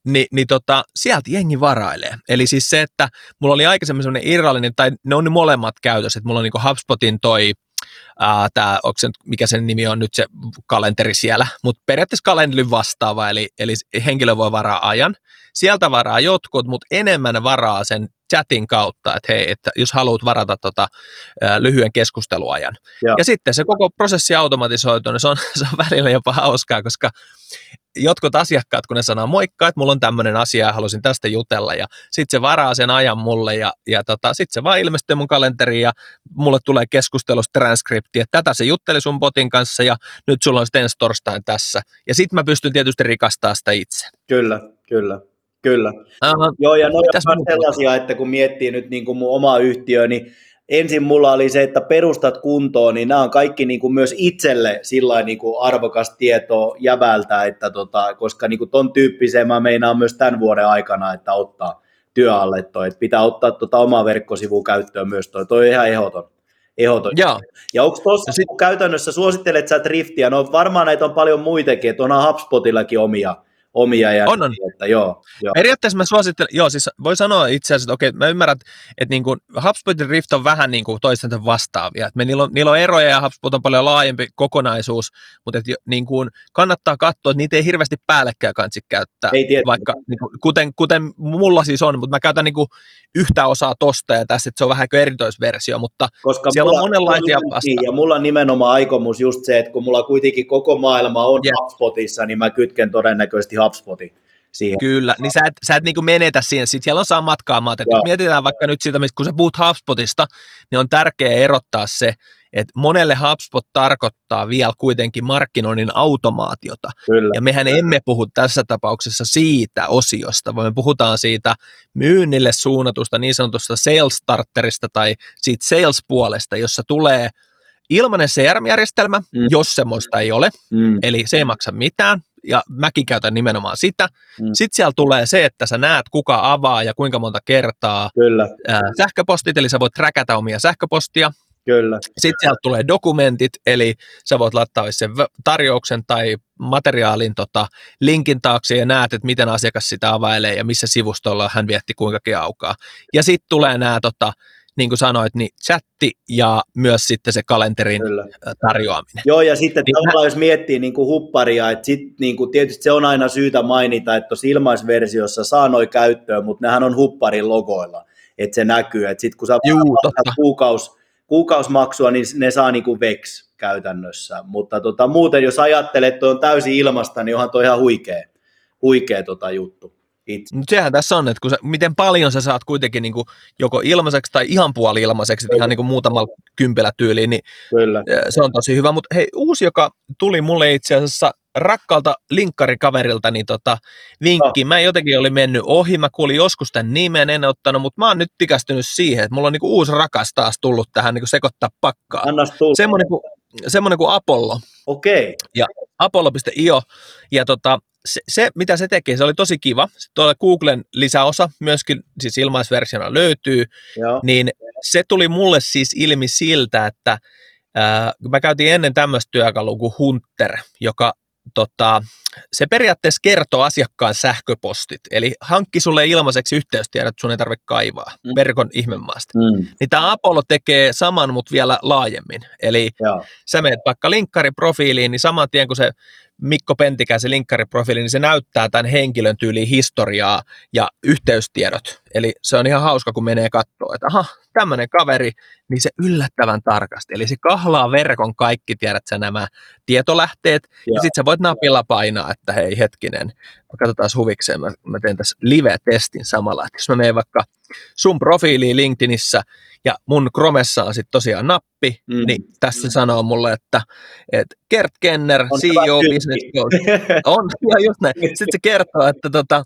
Ni, niin tota, sieltä jengi varailee. Eli siis se, että mulla oli aikaisemmin semmoinen irrallinen, tai ne on ne molemmat käytössä, että mulla on niin kuin HubSpotin toi, ää, tää, onko se, mikä sen nimi on nyt se kalenteri siellä, mutta periaatteessa kalenterin vastaava, eli, eli henkilö voi varaa ajan. Sieltä varaa jotkut, mutta enemmän varaa sen chatin kautta, että hei, että jos haluat varata tota, ää, lyhyen keskusteluajan. Ja. ja sitten se koko prosessi automatisoitu, niin se on, se on välillä jopa hauskaa, koska jotkut asiakkaat, kun ne sanoo moikka, että mulla on tämmöinen asia ja haluaisin tästä jutella, ja sitten se varaa sen ajan mulle, ja, ja tota, sitten se vaan ilmestyy mun kalenteriin, ja mulle tulee keskustelusta transkripti, että tätä se jutteli sun botin kanssa, ja nyt sulla on sitten ensi torstain tässä. Ja sitten mä pystyn tietysti rikastaa sitä itse. Kyllä, kyllä. Kyllä. Uh, Joo, ja ne on sellaisia, että kun miettii nyt niin kuin mun omaa yhtiöä, niin ensin mulla oli se, että perustat kuntoon, niin nämä on kaikki niin kuin myös itselle sillain niin kuin arvokas tieto jäbältä, että tota, koska niin kuin ton tyyppiseen mä meinaan myös tämän vuoden aikana, että ottaa työalle toi, että pitää ottaa tota omaa verkkosivua käyttöön myös toi, toi on ihan ehdoton. ehdoton. Joo. Ja onko tuossa sit käytännössä, suosittelet sä Driftiä, no varmaan näitä on paljon muitakin, että onhan HubSpotillakin omia, omia ja on, on. Että joo, joo. Periaatteessa mä suosittelen, joo siis voi sanoa itse asiassa, että okei, mä ymmärrän, että niin kuin HubSpot ja Drift on vähän niin kuin toistensa vastaavia, että me, niillä, on, niillä on eroja ja HubSpot on paljon laajempi kokonaisuus, mutta että niin kuin kannattaa katsoa, että niitä ei hirveästi päällekkäin kansi käyttää, ei vaikka niin kuin, kuten, kuten mulla siis on, mutta mä käytän niin kuin yhtä osaa tosta ja tässä, että se on vähän kuin eritoisversio, mutta koska siellä on monenlaisia vastaavia. Ja mulla on nimenomaan aikomus just se, että kun mulla kuitenkin koko maailma on yeah. HubSpotissa, niin mä kytken todennäköisesti HubSpotin siihen. Kyllä, niin sä et, sä et niinku menetä siihen, sitten siellä on samat kaamat, että jos mietitään vaikka nyt siitä, kun sä puhut HubSpotista, niin on tärkeää erottaa se, että monelle HubSpot tarkoittaa vielä kuitenkin markkinoinnin automaatiota, Kyllä. ja mehän emme puhu tässä tapauksessa siitä osiosta, vaan me puhutaan siitä myynnille suunnatusta niin sanotusta sales starterista tai siitä sales-puolesta, jossa tulee ilmainen C R M-järjestelmä, mm. jos semmoista ei ole, mm. eli se ei maksa mitään, ja mäkin käytän nimenomaan sitä. Mm. Sitten siellä tulee se, että sä näet, kuka avaa ja kuinka monta kertaa. Kyllä. Ää, sähköpostit, eli sä voit träkätä omia sähköpostia. Kyllä. Sitten sieltä tulee dokumentit, eli sä voit laittaa sen tarjouksen tai materiaalin tota, linkin taakse ja näet, että miten asiakas sitä availee ja missä sivustolla hän vietti kuinkakin aukaa. Ja sitten tulee nämä tota, niin kuin sanoit, niin chatti ja myös sitten se kalenterin Kyllä. tarjoaminen. Joo, ja sitten niin tavallaan, jos miettii niin kuin hupparia, että sit, niin kuin, tietysti se on aina syytä mainita, että tuossa ilmaisversiossa saa noi käyttöön, mutta nehän on hupparin logoilla, että se näkyy, että sitten kun sä maksaa kuukaus, kuukausmaksua, niin ne saa niin kuin veksi käytännössä, mutta tota, muuten jos ajattelet, että on täysin ilmasta, niin onhan toi ihan huikea, huikea tota juttu. Mutta sehän tässä on, että kun sä, miten paljon sä saat kuitenkin niin kuin joko ilmaiseksi tai ihan puoli ilmaiseksi, ihan niin kuin muutamalla kympillä tyyliin, niin Kyllä. se on tosi hyvä. Mutta hei, uusi, joka tuli mulle itse asiassa rakkaalta linkkarikaverilta, niin tota, vinkki. Mä jotenkin oli mennyt ohi, mä kuulin joskus tämän nimen, en ottanut, mutta mä oon nyt tikästynyt siihen, että mulla on niin kuin uusi rakas taas tullut tähän niin kuin sekoittaa pakkaa. Semmoinen kuin, semmoinen kuin Apollo. Okei. Okay. Ja apollo piste io, ja tota, Se, se, mitä se teki, se oli tosi kiva. Tuolla Googlen lisäosa myöskin, siis ilmaisversiona löytyy, Joo. niin se tuli mulle siis ilmi siltä, että ää, mä käytiin ennen tämmöistä työkalua kuin Hunter, joka tota, se periaatteessa kertoo asiakkaan sähköpostit, eli hankki sulle ilmaiseksi yhteystiedot, sun ei tarvitse kaivaa mm. verkon ihmemaasta. Mm. Niin tämä Apollo tekee saman, mutta vielä laajemmin. Eli Joo. sä menet vaikka linkkariprofiiliin, niin saman tien kun se Mikko Pentikäisen linkkariprofiili, niin se näyttää tämän henkilön tyyliin historiaa ja yhteystiedot. Eli se on ihan hauska, kun menee katsoa, että aha, tämmöinen kaveri, niin se yllättävän tarkasti. Eli se kahlaa verkon kaikki, tiedät sä nämä tietolähteet, ja, ja sitten sä voit napilla painaa, että hei hetkinen, katsotaan huvikseen, mä, mä teen tässä live-testin samalla, että jos mä menen vaikka sun profiiliin LinkedInissä, ja mun Chromessa on sitten tosiaan nappi, mm. niin tässä mm. sanoo mulle, että, että Gert Kenner, on C E O Business Coach, on, ja just näin. Sitten se kertoo, että tota,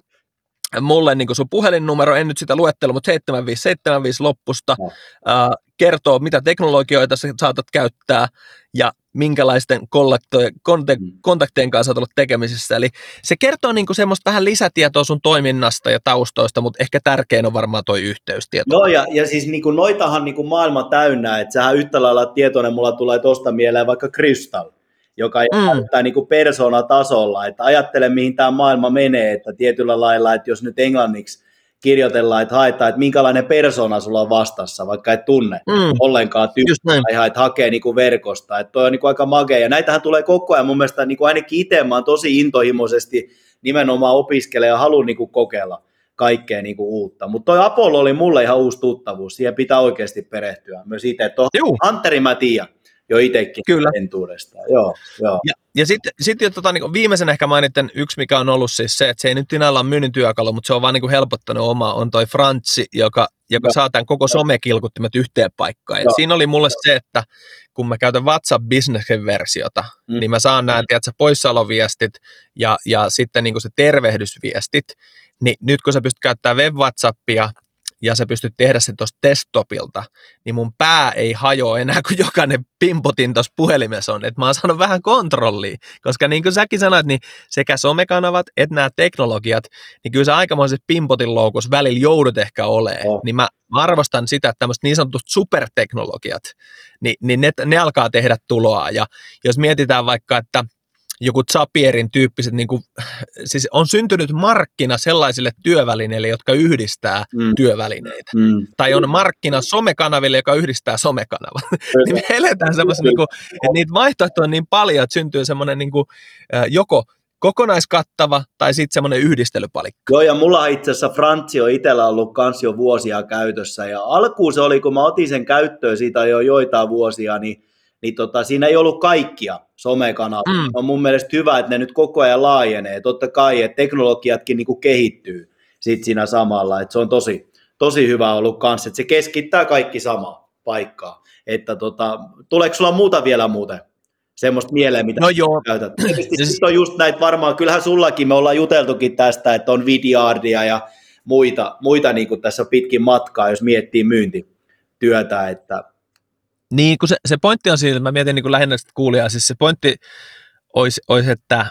mulle niin sun puhelinnumero, en nyt sitä luettelu, mutta seitsemän viisi seitsemän viisi loppusta, no. äh, kertoo, mitä teknologioita sä saatat käyttää, ja minkälaisten kontaktien kanssa olet ollut tekemisissä. Eli se kertoo niinku semmoista vähän lisätietoa sun toiminnasta ja taustoista, mutta ehkä tärkein on varmaan toi yhteystieto. Joo, ja, ja siis niinku noitahan niinku maailma täynnä, että sähän yhtä lailla tietoinen, mulla tulee tuosta mieleen vaikka Crystal. joka Mm. näyttää niin kuin persoonatasolla, että ajattele mihin tämä maailma menee, että tietyllä lailla, että jos nyt englanniksi kirjoitellaan, että haetaan, että minkälainen persona sulla on vastassa, vaikka et tunne Mm. ollenkaan tyyppiä, ihan, että hakee niin kuin verkosta, että toi on niin kuin aika makea, ja näitähän tulee koko ajan mun mielestä niin kuin ainakin itse, mä oon tosi intohimoisesti nimenomaan opiskelemaan ja haluan niin kuin kokeilla kaikkea niin kuin uutta, mutta toi Apollo oli mulle ihan uusi tuttavuus, siihen pitää oikeasti perehtyä myös itse, että Hunteri mä tiedän jo itsekin entuudestaan, joo, joo. Ja, ja sitten sit, tota, niin viimeisen ehkä mainitten yksi, mikä on ollut siis se, että se ei nyt sinällä ole myynnin työkalu, mutta se on vaan niin helpottanut omaa, on toi Frantsi, joka, joka saa tämän koko somekilkuttimet yhteen paikkaan. Ja siinä oli mulle se, että kun mä käytän WhatsApp Businessin versiota, mm. niin mä saan nämä, tiedätkö, poissaoloviestit ja, ja sitten niin se tervehdysviestit, niin nyt kun sä pystyt käyttämään web-WhatsAppia, ja sä pystyt tehdä sen tuosta desktopilta, niin mun pää ei hajoa enää, kun jokainen pimpotin tuossa puhelimessa on, että mä oon saanut vähän kontrollia, koska niin kuin säkin sanoit, niin sekä somekanavat että nämä teknologiat, niin kyllä sä aikamoisessa pimpotin loukussa välillä joudut ehkä olemaan, oh. niin mä arvostan sitä, että tämmöiset niin sanotut superteknologiat, niin, niin ne, ne alkaa tehdä tuloa, ja jos mietitään vaikka, että joku Zapierin tyyppiset, niin kuin, siis on syntynyt markkina sellaisille työvälineille, jotka yhdistää mm. työvälineitä. Mm. Tai on markkina somekanaville, joka yhdistää somekanavat. Niin me eletään semmoisen, niin kuin, että niitä vaihtoehtoja on niin paljon, että syntyy semmoinen niin kuin, joko kokonaiskattava tai sitten semmoinen yhdistelypalikka. Joo, ja mulla itse asiassa Frantsi on itsellä ollut kans jo vuosia käytössä, ja alkuun se oli, kun mä otin sen käyttöön siitä jo joitain vuosia, niin niin tota, siinä ei ollut kaikkia somekanavia. Mm. On mun mielestä hyvä, että ne nyt koko ajan laajenee. Totta kai, että teknologiatkin niin kuin kehittyy sit siinä samalla. Että se on tosi, tosi hyvä ollut kanssa, että se keskittää kaikki samaan paikkaan. Että tota, tuleeko sulla muuta vielä muuten? Semmoista mieleen, mitä no joo. käytät. Sitten on just näitä varmaan, kyllähän sullakin, me ollaan juteltukin tästä, että on Vidyardia ja muita, muita niin kuin tässä pitkin matkaa, jos miettii myyntityötä, että niin, kun se, se pointti on siinä, että mä mietin niin kuin lähinnä kuulijaa, siis se pointti olisi, olisi, että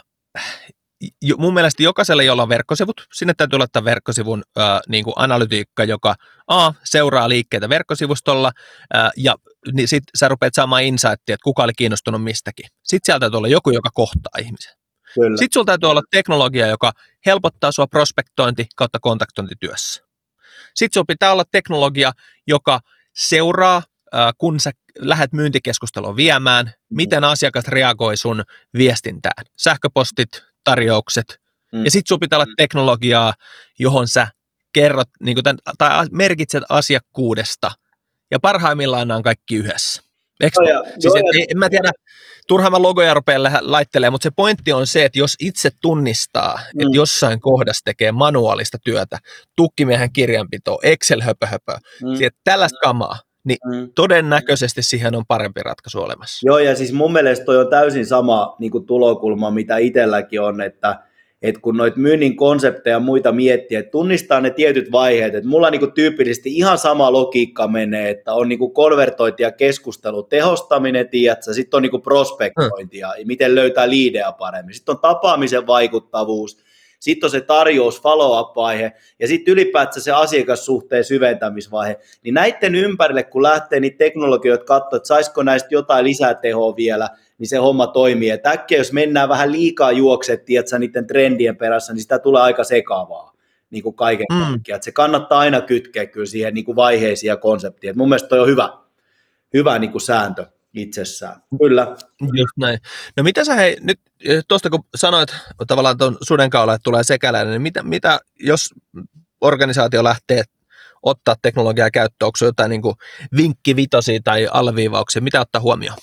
mun mielestä jokaiselle, jolla on verkkosivut, sinne täytyy laittaa verkkosivun ää, niin kuin analytiikka, joka a, seuraa liikkeitä verkkosivustolla, ää, ja niin sit sä rupeat saamaan insightia, että kuka oli kiinnostunut mistäkin. Sitten sieltä täytyy olla joku, joka kohtaa ihmisen. Kyllä. Sitten sulla täytyy olla teknologia, joka helpottaa sua prospektointi kautta kontaktointityössä. Sitten sulla pitää olla teknologia, joka seuraa, kun sä lähdet myyntikeskustelua viemään, miten asiakas reagoi sun viestintään. Sähköpostit, tarjoukset, mm. ja sitten sun pitää olla teknologiaa, johon sä kerrot, niin tämän, tai merkitset asiakkuudesta, ja parhaimmillaan nämä on kaikki yhdessä. Eikö? No ja, siis, et, ja, en mä tiedä, turhaan mä logoja rupean laittelemaan, mutta se pointti on se, että jos itse tunnistaa, mm. että jossain kohdassa tekee manuaalista työtä, tukkimiehen kirjanpito, Excel höpö höpö, mm. siis, tällaista kamaa, niin mm. todennäköisesti siihen on parempi ratkaisu olemassa. Joo, ja siis mun mielestä toi on täysin sama niin kuin tulokulma, mitä itselläkin on, että, että kun noita myynnin konsepteja ja muita miettii, että tunnistaa ne tietyt vaiheet, että mulla niin kuin tyypillisesti ihan sama logiikka menee, että on niin kuin konvertointi ja keskustelu, tehostaminen, tiedätkö, sitten on niin kuin prospektointi ja mm. miten löytää liidejä paremmin, sitten on tapaamisen vaikuttavuus, sitten on se tarjous, follow-up-vaihe, ja sitten ylipäätään se asiakassuhteen syventämisvaihe. Niin näiden ympärille, kun lähtee niitä teknologioita katsoa, että saisiko näistä jotain lisää tehoa vielä, niin se homma toimii. Ja äkkiä, jos mennään vähän liikaa juokset, tiedätkö, niiden trendien perässä, niin sitä tulee aika sekaavaa, niin kuin kaiken mm. kaikkiaan. Että se kannattaa aina kytkeä kyllä siihen niin kuin vaiheisiin ja konseptiin. Et mun mielestä toi on hyvä, hyvä niin kuin sääntö itsessään. Kyllä. Just näin. No mitä sä hei, nyt tuosta kun sanoit tavallaan tuon sudenkaula, että tulee sekäläinen, niin mitä, mitä jos organisaatio lähtee ottaa teknologiaa käyttöön, onko se jotain niin kuin vinkkivitosia tai alleviivauksia, mitä ottaa huomioon?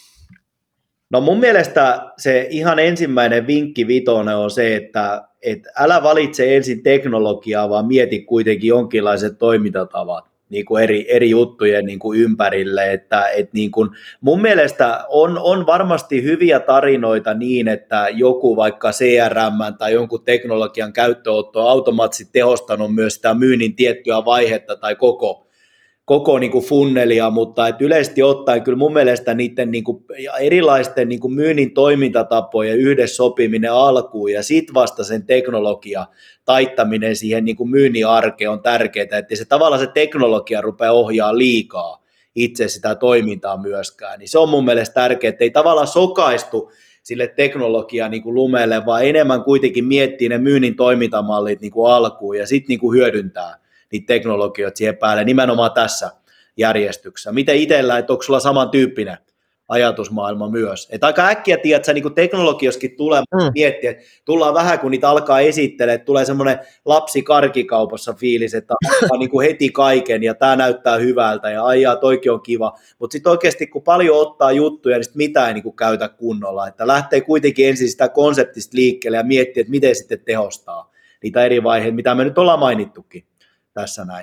No mun mielestä se ihan ensimmäinen vinkki vitonen on se, että et älä valitse ensin teknologiaa, vaan mieti kuitenkin jonkinlaiset toimintatavat niin kuin eri, eri juttujen niin kuin ympärille, että et niin kuin mun mielestä on, on varmasti hyviä tarinoita niin, että joku vaikka C R M tai jonkun teknologian käyttöönotto on automaattisesti tehostanut myös sitä myynnin tiettyä vaihetta tai koko, koko niin kuin funnelia, mutta et yleisesti ottaen kyllä mun mielestä niiden niin kuin erilaisten niin kuin myynnin toimintatapojen yhdessä sopiminen alkuun ja sitten vasta sen teknologia taittaminen siihen niin kuin myynnin arkeen on tärkeää, että se tavallaan se teknologia rupeaa ohjaa liikaa itse sitä toimintaa myöskään, niin se on mun mielestä tärkeää, että ei tavallaan sokaistu sille teknologian niin kuin lumelle, vaan enemmän kuitenkin miettii ne myynnin toimintamallit niin kuin alkuun ja sitten niin kuin hyödyntää niitä teknologioita siihen päälle nimenomaan tässä järjestyksessä. Miten itsellä, että onko sulla samantyyppinen ajatusmaailma myös? Että aika äkkiä, tiedät, että niin teknologioskin tulee mm. miettiä, että tullaan vähän, kun niitä alkaa esittelemään, että tulee semmoinen lapsi karkikaupassa fiilis, että on niin kuin heti kaiken ja tämä näyttää hyvältä ja aijaa, toikin on kiva, mutta sitten oikeasti kun paljon ottaa juttuja, niin sitten mitään ei niin kuin käytä kunnolla, että lähtee kuitenkin ensin sitä konseptista liikkeelle ja miettiä, että miten sitten tehostaa niitä eri vaiheita, mitä me nyt ollaan mainittukin tässä näin.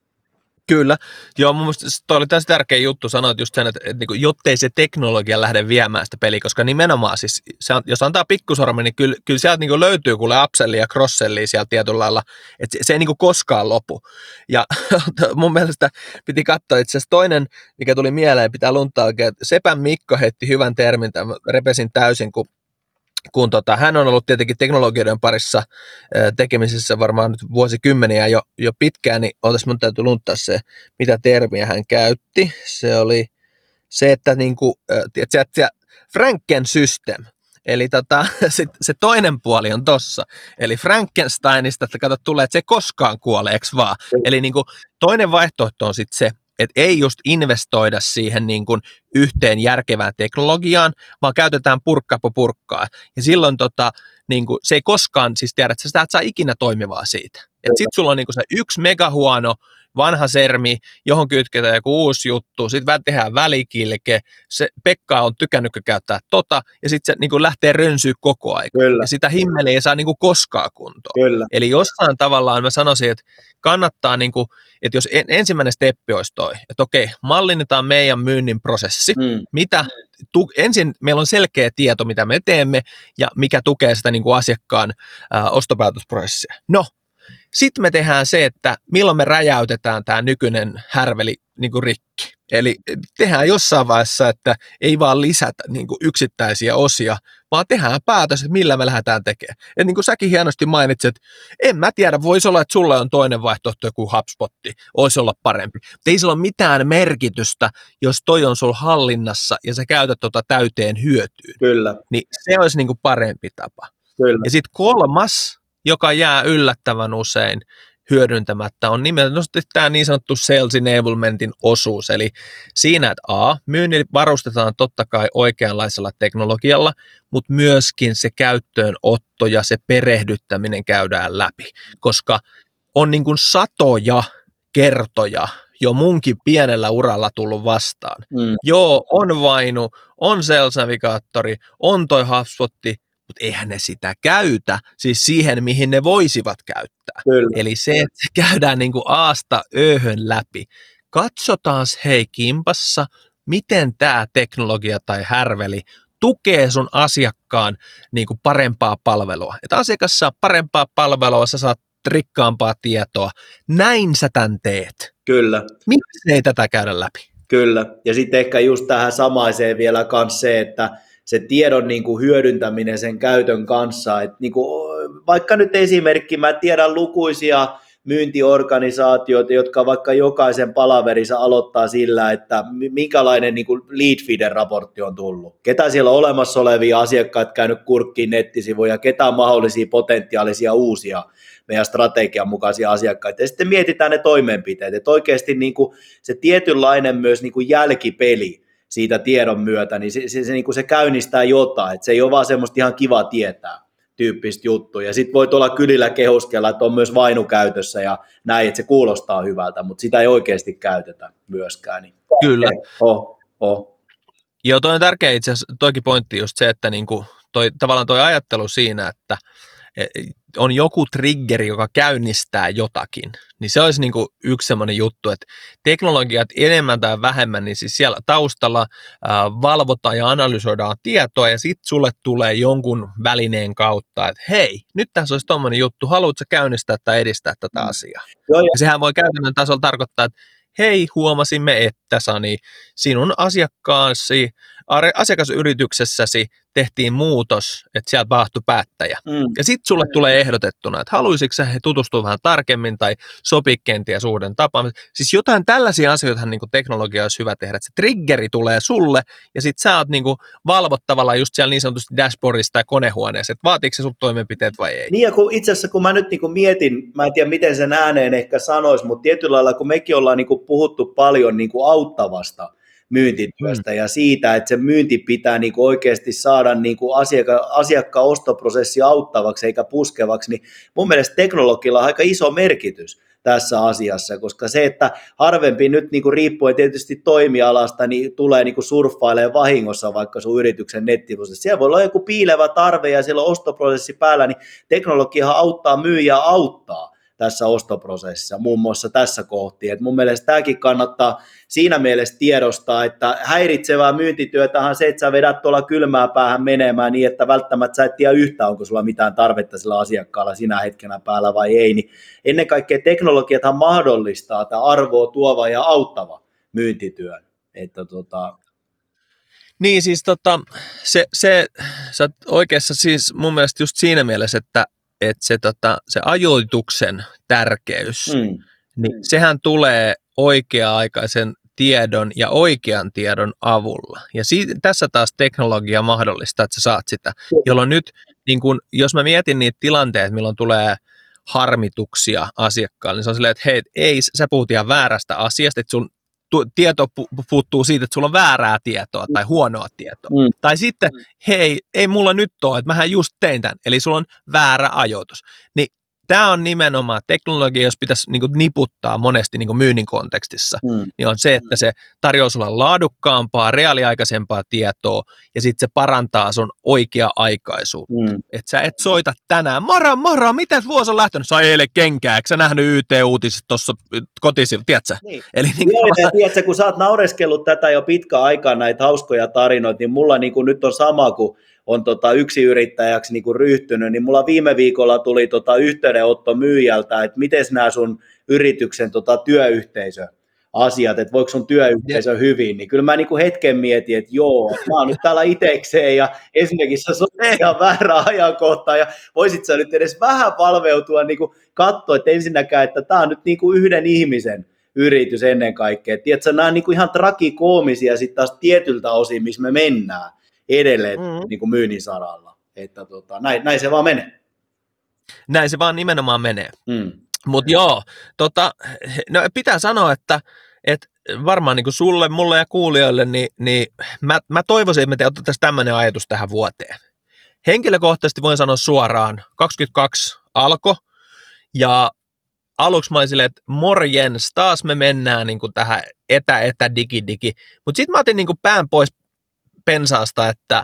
Kyllä. Joo, mun mielestä toi oli täysin tärkeä juttu sanoa just sen, että, että, että jottei se teknologia lähde viemään sitä peliä, koska nimenomaan siis, se, jos antaa pikkusormen, niin kyllä, kyllä sieltä niin löytyy kuule upsellia ja crossellia sieltä tietyllä lailla, että se, se ei niin koskaan lopu. Ja mun mielestä piti katsoa itse asiassa toinen, mikä tuli mieleen, pitää luntaa oikein, että Sepän Mikko heitti hyvän termin, tämän repesin täysin, kun kun tota, hän on ollut tietenkin teknologioiden parissa ää, tekemisissä varmaan nyt vuosikymmeniä jo, jo pitkään, niin oltaisiin mun täytyy lunttaa se, mitä termiä hän käytti. Se oli se, että niinku, ää, Franken system, eli tota, se, se toinen puoli on tossa, eli Frankensteinista, että kato tulee, että se ei koskaan kuole, eikö vaan? Eli niinku, toinen vaihtoehto on sitten se, että ei just investoida siihen niin kuin yhteen järkevään teknologiaan, vaan käytetään purkkaa po purkkaa. Ja silloin tota, niin kuin, se ei koskaan, siis tiedät, että sä et saa ikinä toimivaa siitä. Sitten sulla on niin kuin se yksi megahuono vanha sermi, johon kytketään joku uusi juttu, sitten tehdään välikilke, se Pekka on tykännytkö käyttää tota, ja sitten se niin kuin lähtee rönsyä koko ajan. Kyllä. Ja sitä himmeliä ei saa niin kuin koskaan kuntoon. Kyllä. Eli jossain tavallaan mä sanoisin, että kannattaa, niin kuin, että jos ensimmäinen steppi olisi toi, että okei, mallinnetaan meidän myynnin prosessi, mm. mitä tu, ensin meillä on selkeä tieto, mitä me teemme, ja mikä tukee sitä niin kuin asiakkaan ää, ostopäätösprosessia. No, sitten me tehdään se, että milloin me räjäytetään tämä nykyinen härveli niin kuin rikki. Eli tehdään jossain vaiheessa, että ei vaan lisätä niin kuin yksittäisiä osia, vaan tehdään päätös, että millä me lähdetään tekemään. Et niin kuin säkin hienosti mainitsit, en mä tiedä, voisi olla, että sulle on toinen vaihtoehto, joku HubSpotti, olisi olla parempi. Mutta ei sillä ole mitään merkitystä, jos toi on sulla hallinnassa ja sä käytät tota täyteen hyötyyn. Kyllä. Niin se olisi niin kuin parempi tapa. Kyllä. Ja sitten kolmas, joka jää yllättävän usein hyödyntämättä, on nimenomaan tämä niin sanottu sales enablementin osuus. Eli siinä, että A, myynnin varustetaan totta kai oikeanlaisella teknologialla, mutta myöskin se käyttöönotto ja se perehdyttäminen käydään läpi, koska on niin kuin satoja kertoja jo munkin pienellä uralla tullut vastaan. Mm. Joo, on Vainu, on Sales Navigaattori, on toi HubSpotti, mutta eihän ne sitä käytä, siis siihen, mihin ne voisivat käyttää. Kyllä. Eli se, että se käydään niin kuin aasta ööhön läpi. Katsotaan hei kimpassa, miten tämä teknologia tai härveli tukee sun asiakkaan niin kuin parempaa palvelua. Että asiakas saa parempaa palvelua, sä saat rikkaampaa tietoa. Näin sä tän teet. Kyllä. Miksi ei tätä käydä läpi? Kyllä. Ja sitten ehkä just tähän samaiseen vielä kans se, että se tiedon niin kuin hyödyntäminen sen käytön kanssa, että niin kuin, vaikka nyt esimerkki, mä tiedän lukuisia myyntiorganisaatioita, jotka vaikka jokaisen palaverissa aloittaa sillä, että minkälainen niin kuin lead feeder raportti on tullut, ketä siellä on olemassa olevia asiakkaita käynyt kurkkiin nettisivuja, ketä on mahdollisia potentiaalisia uusia meidän strategian mukaisia asiakkaita, ja sitten mietitään ne toimenpiteet, että oikeasti niin kuin se tietynlainen myös niin kuin jälkipeli siitä tiedon myötä, niin se, se, se, niin kuin se käynnistää jotain, että se ei ole vaan semmoista ihan kiva tietää tyyppistä juttua, ja sitten voi tuolla kylillä kehuskella, että on myös Vainu käytössä ja näin, että se kuulostaa hyvältä, mutta sitä ei oikeasti käytetä myöskään. Niin. Kyllä. Oh, oh. Joo, toi on tärkeä itse asiassa, toikin pointti just se, että niinku toi, tavallaan toi ajattelu siinä, että on joku triggeri, joka käynnistää jotakin, niin se olisi niin kuin yksi semmoinen juttu, että teknologiat enemmän tai vähemmän, niin siis siellä taustalla ää, valvotaan ja analysoidaan tietoa, ja sitten sulle tulee jonkun välineen kautta, että hei, nyt tässä olisi tommoinen juttu, haluatko käynnistää tai edistää tätä asiaa? Joo, ja sehän voi käytännön tasolla tarkoittaa, että hei, huomasimme, että Sani, sinun asiakkaasi asiakasyrityksessäsi tehtiin muutos, että siellä vahtui päättäjä. Mm. Ja sitten sulle tulee ehdotettuna, että haluaisitko sä he tutustua vähän tarkemmin tai sopii kenties uuden tapaan. Siis jotain tällaisia asioita niin teknologia olisi hyvä tehdä, että se triggeri tulee sulle ja sitten sä oot niin valvottavalla just siellä niin sanotusti dashboardissa tai konehuoneessa, että vaatiiko se sun toimenpiteet vai ei. Niin ja kun itse asiassa kun mä nyt niin mietin, mä en tiedä miten sen ääneen ehkä sanoisi, mutta tietyllä lailla kun mekin ollaan niin puhuttu paljon niin auttavasta myyntityöstä mm. ja siitä, että se myynti pitää niin kuin oikeasti saada niin kuin asiakka- asiakkaan ostoprosessi auttavaksi eikä puskevaksi, niin mun mielestä teknologialla on aika iso merkitys tässä asiassa, koska se, että harvempi nyt niin kuin riippuen tietysti toimialasta, niin tulee niin kuin surffailemaan vahingossa vaikka sun yrityksen nettivuosissa. Siellä voi olla joku piilevä tarve ja siellä on ostoprosessi päällä, niin teknologiahan auttaa myyjää auttaa tässä ostoprosessissa, muun muassa tässä kohti. Et mun mielestä tämäkin kannattaa siinä mielessä tiedostaa, että häiritsevää myyntityötähän se, että sä vedät tuolla kylmää päähän menemään niin, että välttämättä sä et tiedä yhtään, onko sulla mitään tarvetta sillä asiakkaalla sinä hetkenä päällä vai ei, niin ennen kaikkea teknologiathan mahdollistaa tämä arvoa tuova ja auttava myyntityön. Että tota... Niin siis tota, se, se, sä oot oikeassa siis mun mielestä just siinä mielessä, että että se, tota, se ajoituksen tärkeys, mm. niin sehän tulee oikea-aikaisen tiedon ja oikean tiedon avulla. Ja siitä, tässä taas teknologia mahdollistaa, että sä saat sitä, jolloin nyt, niin kun, jos mä mietin niitä tilanteita, milloin tulee harmituksia asiakkaalle, niin se on silleen, että hei, ei, sä puhut ihan väärästä asiasta, että sun tieto puuttuu siitä, että sulla on väärää tietoa tai huonoa tietoa. Mm. Tai sitten, hei, ei mulla nyt ole, että mähän just tein tämän, eli sulla on väärä ajoitus. Niin tämä on nimenomaan teknologia, jos pitäisi niin kuin niputtaa monesti niin kuin myynnin kontekstissa, mm. niin on se, että se tarjoaa sulla laadukkaampaa, reaaliaikaisempaa tietoa, ja sitten se parantaa sun oikea-aikaisuutta. Mm. Että sä et soita tänään, mara, mara, miten vuosi on lähtenyt? Sai eilen kenkää, eikö sä nähnyt Y T-uutiset tuossa kotisivulla, tiedätkö? Niin. Eli niin Joo, kuin... tiedätkö, kun sä oot naureskellut tätä jo pitkä aikaa, näitä hauskoja tarinoita, niin mulla niin kuin nyt on sama kuin on tota yksi yrittäjäksi niinku ryhtynyt, niin mulla viime viikolla tuli tota yhteydenotto myyjältä, että miten nämä sun yrityksen tota työyhteisöasiat, että voiko sun työyhteisö yeah. hyvin, niin kyllä mä niinku hetken mietin, että joo, mä oon nyt täällä itekseen ja ensinnäkin sä soit ihan väärää ajankohtaa ja voisit sä nyt edes vähän valveutua niinku katsoa, että ensinnäkään, että tää on nyt niinku yhden ihmisen yritys ennen kaikkea, tiedätkö, nämä on niinku ihan trakikoomisia sitten taas tietyltä osin, missä me mennään edelleen mm-hmm. niin kuin myynnin saralla, että tota, näin, näin se vaan menee. Näin se vaan nimenomaan menee, mm. mutta joo, tota, no pitää sanoa, että, että varmaan niin kuin sulle, mulle ja kuulijoille, niin, niin mä, mä toivoisin, että me te otettaisiin tämmöinen ajatus tähän vuoteen. Henkilökohtaisesti voin sanoa suoraan, kaksikymmentäkaksi alkoi, ja aluksi mä olin silleen, että morjens, taas me mennään niin kuin tähän etä, etä, digi, digi, mutta sitten mä otin niin kuin pään pois pensaasta, että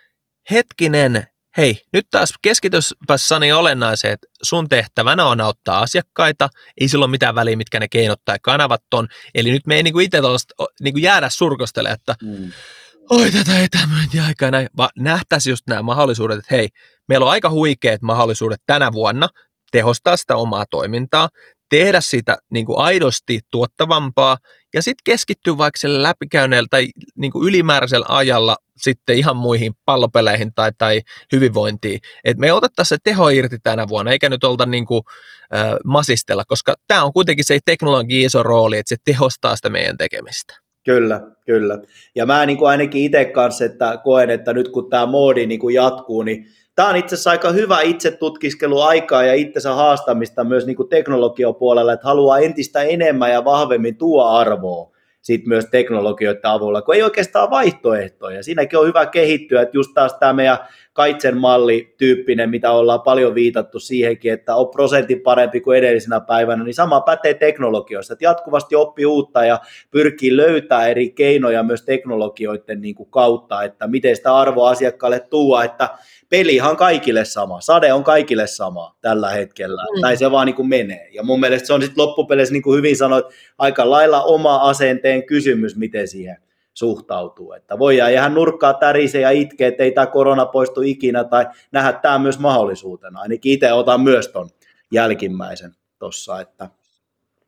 hetkinen, hei, nyt taas keskitypäs Sani olennaiseen, että sun tehtävänä on auttaa asiakkaita, ei sillä ole mitään väliä, mitkä ne keinot tai kanavat on, eli nyt me ei niinku itse niinku jäädä surkostelemaan, että mm. oi tätä etämyyntiaikaa näin, vaan nähtäisiin just nämä mahdollisuudet, että hei, meillä on aika huikeat mahdollisuudet tänä vuonna tehostaa sitä omaa toimintaa, tehdä sitä niin kuin aidosti tuottavampaa ja sitten keskittyä vaikka sille läpikäyneellä tai niin kuin ylimääräisellä ajalla sitten ihan muihin pallopeleihin tai, tai hyvinvointiin. Et me otettaisiin se teho irti tänä vuonna, eikä nyt olta niin kuin, äh, masistella, koska tämä on kuitenkin se teknologia iso rooli, että se tehostaa sitä meidän tekemistä. Kyllä, kyllä. Ja mä niin kuin ainakin itse kanssa että koen, että nyt kun tämä moodi niin kuin jatkuu, niin tämä on itse asiassa aika hyvä itsetutkiskeluaikaa ja itsensä haastamista myös niin kuin teknologian puolella, että haluaa entistä enemmän ja vahvemmin tuoda arvoa sit myös teknologioiden avulla, kun ei oikeastaan vaihtoehtoja. Siinäkin on hyvä kehittyä, että just taas tämä meidän Kaitsen malli tyyppinen, mitä ollaan paljon viitattu siihenkin, että on prosentin parempi kuin edellisenä päivänä, niin sama pätee teknologioissa, että jatkuvasti oppii uutta ja pyrkii löytää eri keinoja myös teknologioiden niin kuin kautta, että miten sitä arvoa asiakkaalle tuo, että pelihan on kaikille sama, sade on kaikille sama tällä hetkellä, mm. näin se vaan niin kuin menee. Ja mun mielestä se on sitten loppupeleissä, niin kuin hyvin sanoit, aika lailla oma asenteen kysymys, miten siihen suhtautuu. Että voidaan ihan nurkkaa tärisee ja itkeä, että ei tämä korona poistu ikinä, tai nähdä tämä myös mahdollisuutena. Ainakin itse otan myös ton jälkimmäisen tuossa, että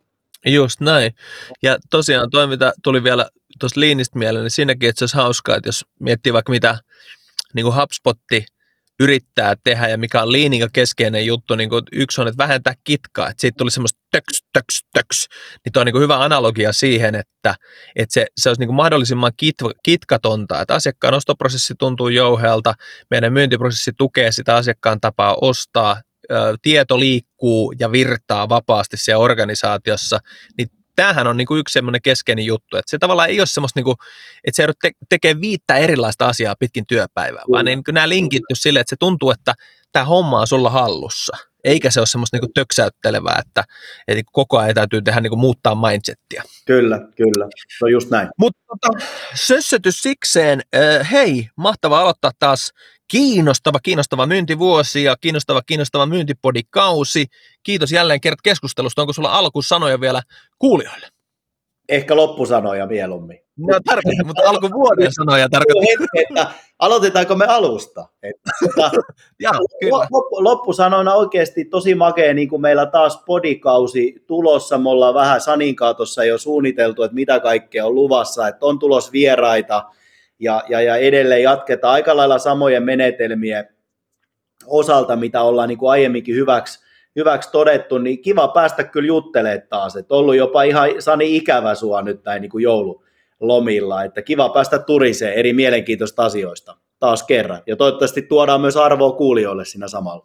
Just näin. Ja tosiaan toi, mitä tuli vielä tuosta Leanistä mieleen, niin siinäkin, että se olisi hauskaa, että jos miettii vaikka mitä niin kuin HubSpotti yrittää tehdä ja mikä on Leanin keskeinen juttu, niin kuin yksi on, että vähentää kitkaa, että siitä tuli semmoista töks, töks, töks, niin tuo on niin kuin hyvä analogia siihen, että, että se, se olisi niin kuin mahdollisimman kit, kitkatonta, että asiakkaan ostoprosessi tuntuu jouhealta, meidän myyntiprosessi tukee sitä asiakkaan tapaa ostaa, tieto liikkuu ja virtaa vapaasti siellä organisaatiossa, niin tämähän on niinku yksi semmoinen keskeinen juttu, että se tavallaan ei ole semmoista, niinku, että se ei te- tekee viittä erilaista asiaa pitkin työpäivää, vaan niin nämä linkittyy silleen, että se tuntuu, että tämä homma on sulla hallussa, eikä se ole semmoista niinku töksäyttelevää, että, että koko ajan täytyy tehdä niinku muuttaa mindsettiä. Kyllä, kyllä, se on just näin. Mutta tota, sössötys sikseen, äh, hei, mahtavaa aloittaa taas kiinnostava, kiinnostava myyntivuosi ja kiinnostava, kiinnostava myyntipodikausi. Kiitos jälleen kerran keskustelusta. Onko sulla alkusanoja vielä kuulijoille? Ehkä loppusanoja mieluummin. No tarkoitan, mutta alkuvuoden sanoja tarkoitan. Että aloitetaanko me alusta? Että, Jaa, kyllä. Loppusanoina oikeasti tosi makea, niin kuin meillä taas podikausi tulossa. Me ollaan vähän Saninkaan tuossa jo suunniteltu, että mitä kaikkea on luvassa, että on tulos vieraita. Ja, ja, ja edelleen jatketaan aika lailla samojen menetelmien osalta, mitä ollaan niin kuin aiemminkin hyväksi, hyväksi todettu, niin kiva päästä kyllä juttelemaan taas, että ollut jopa ihan Sani ikävä sua nyt näin niin kuin joululomilla, että kiva päästä turiseen eri mielenkiintoista asioista taas kerran, ja toivottavasti tuodaan myös arvoa kuulijoille siinä samalla.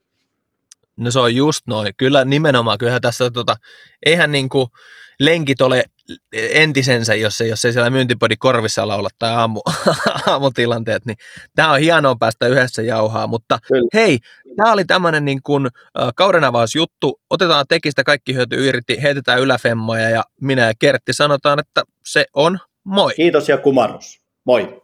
No se on just noin, kyllä nimenomaan, kyllähän tässä tota, eihän niin kuin lenkit ole entisensä, jos ei, jos ei siellä myyntipodin korvissa laula tai aamu, aamutilanteet, niin tämä on hienoa päästä yhdessä jauhaa, mutta Kyllä. hei, tämä oli tämmöinen niin kuin uh, kaudenavausjuttu, otetaan tekistä kaikki hyöty irti, heitetään yläfemmoja ja minä ja Kertti sanotaan, että se on moi. Kiitos ja kumarrus, moi.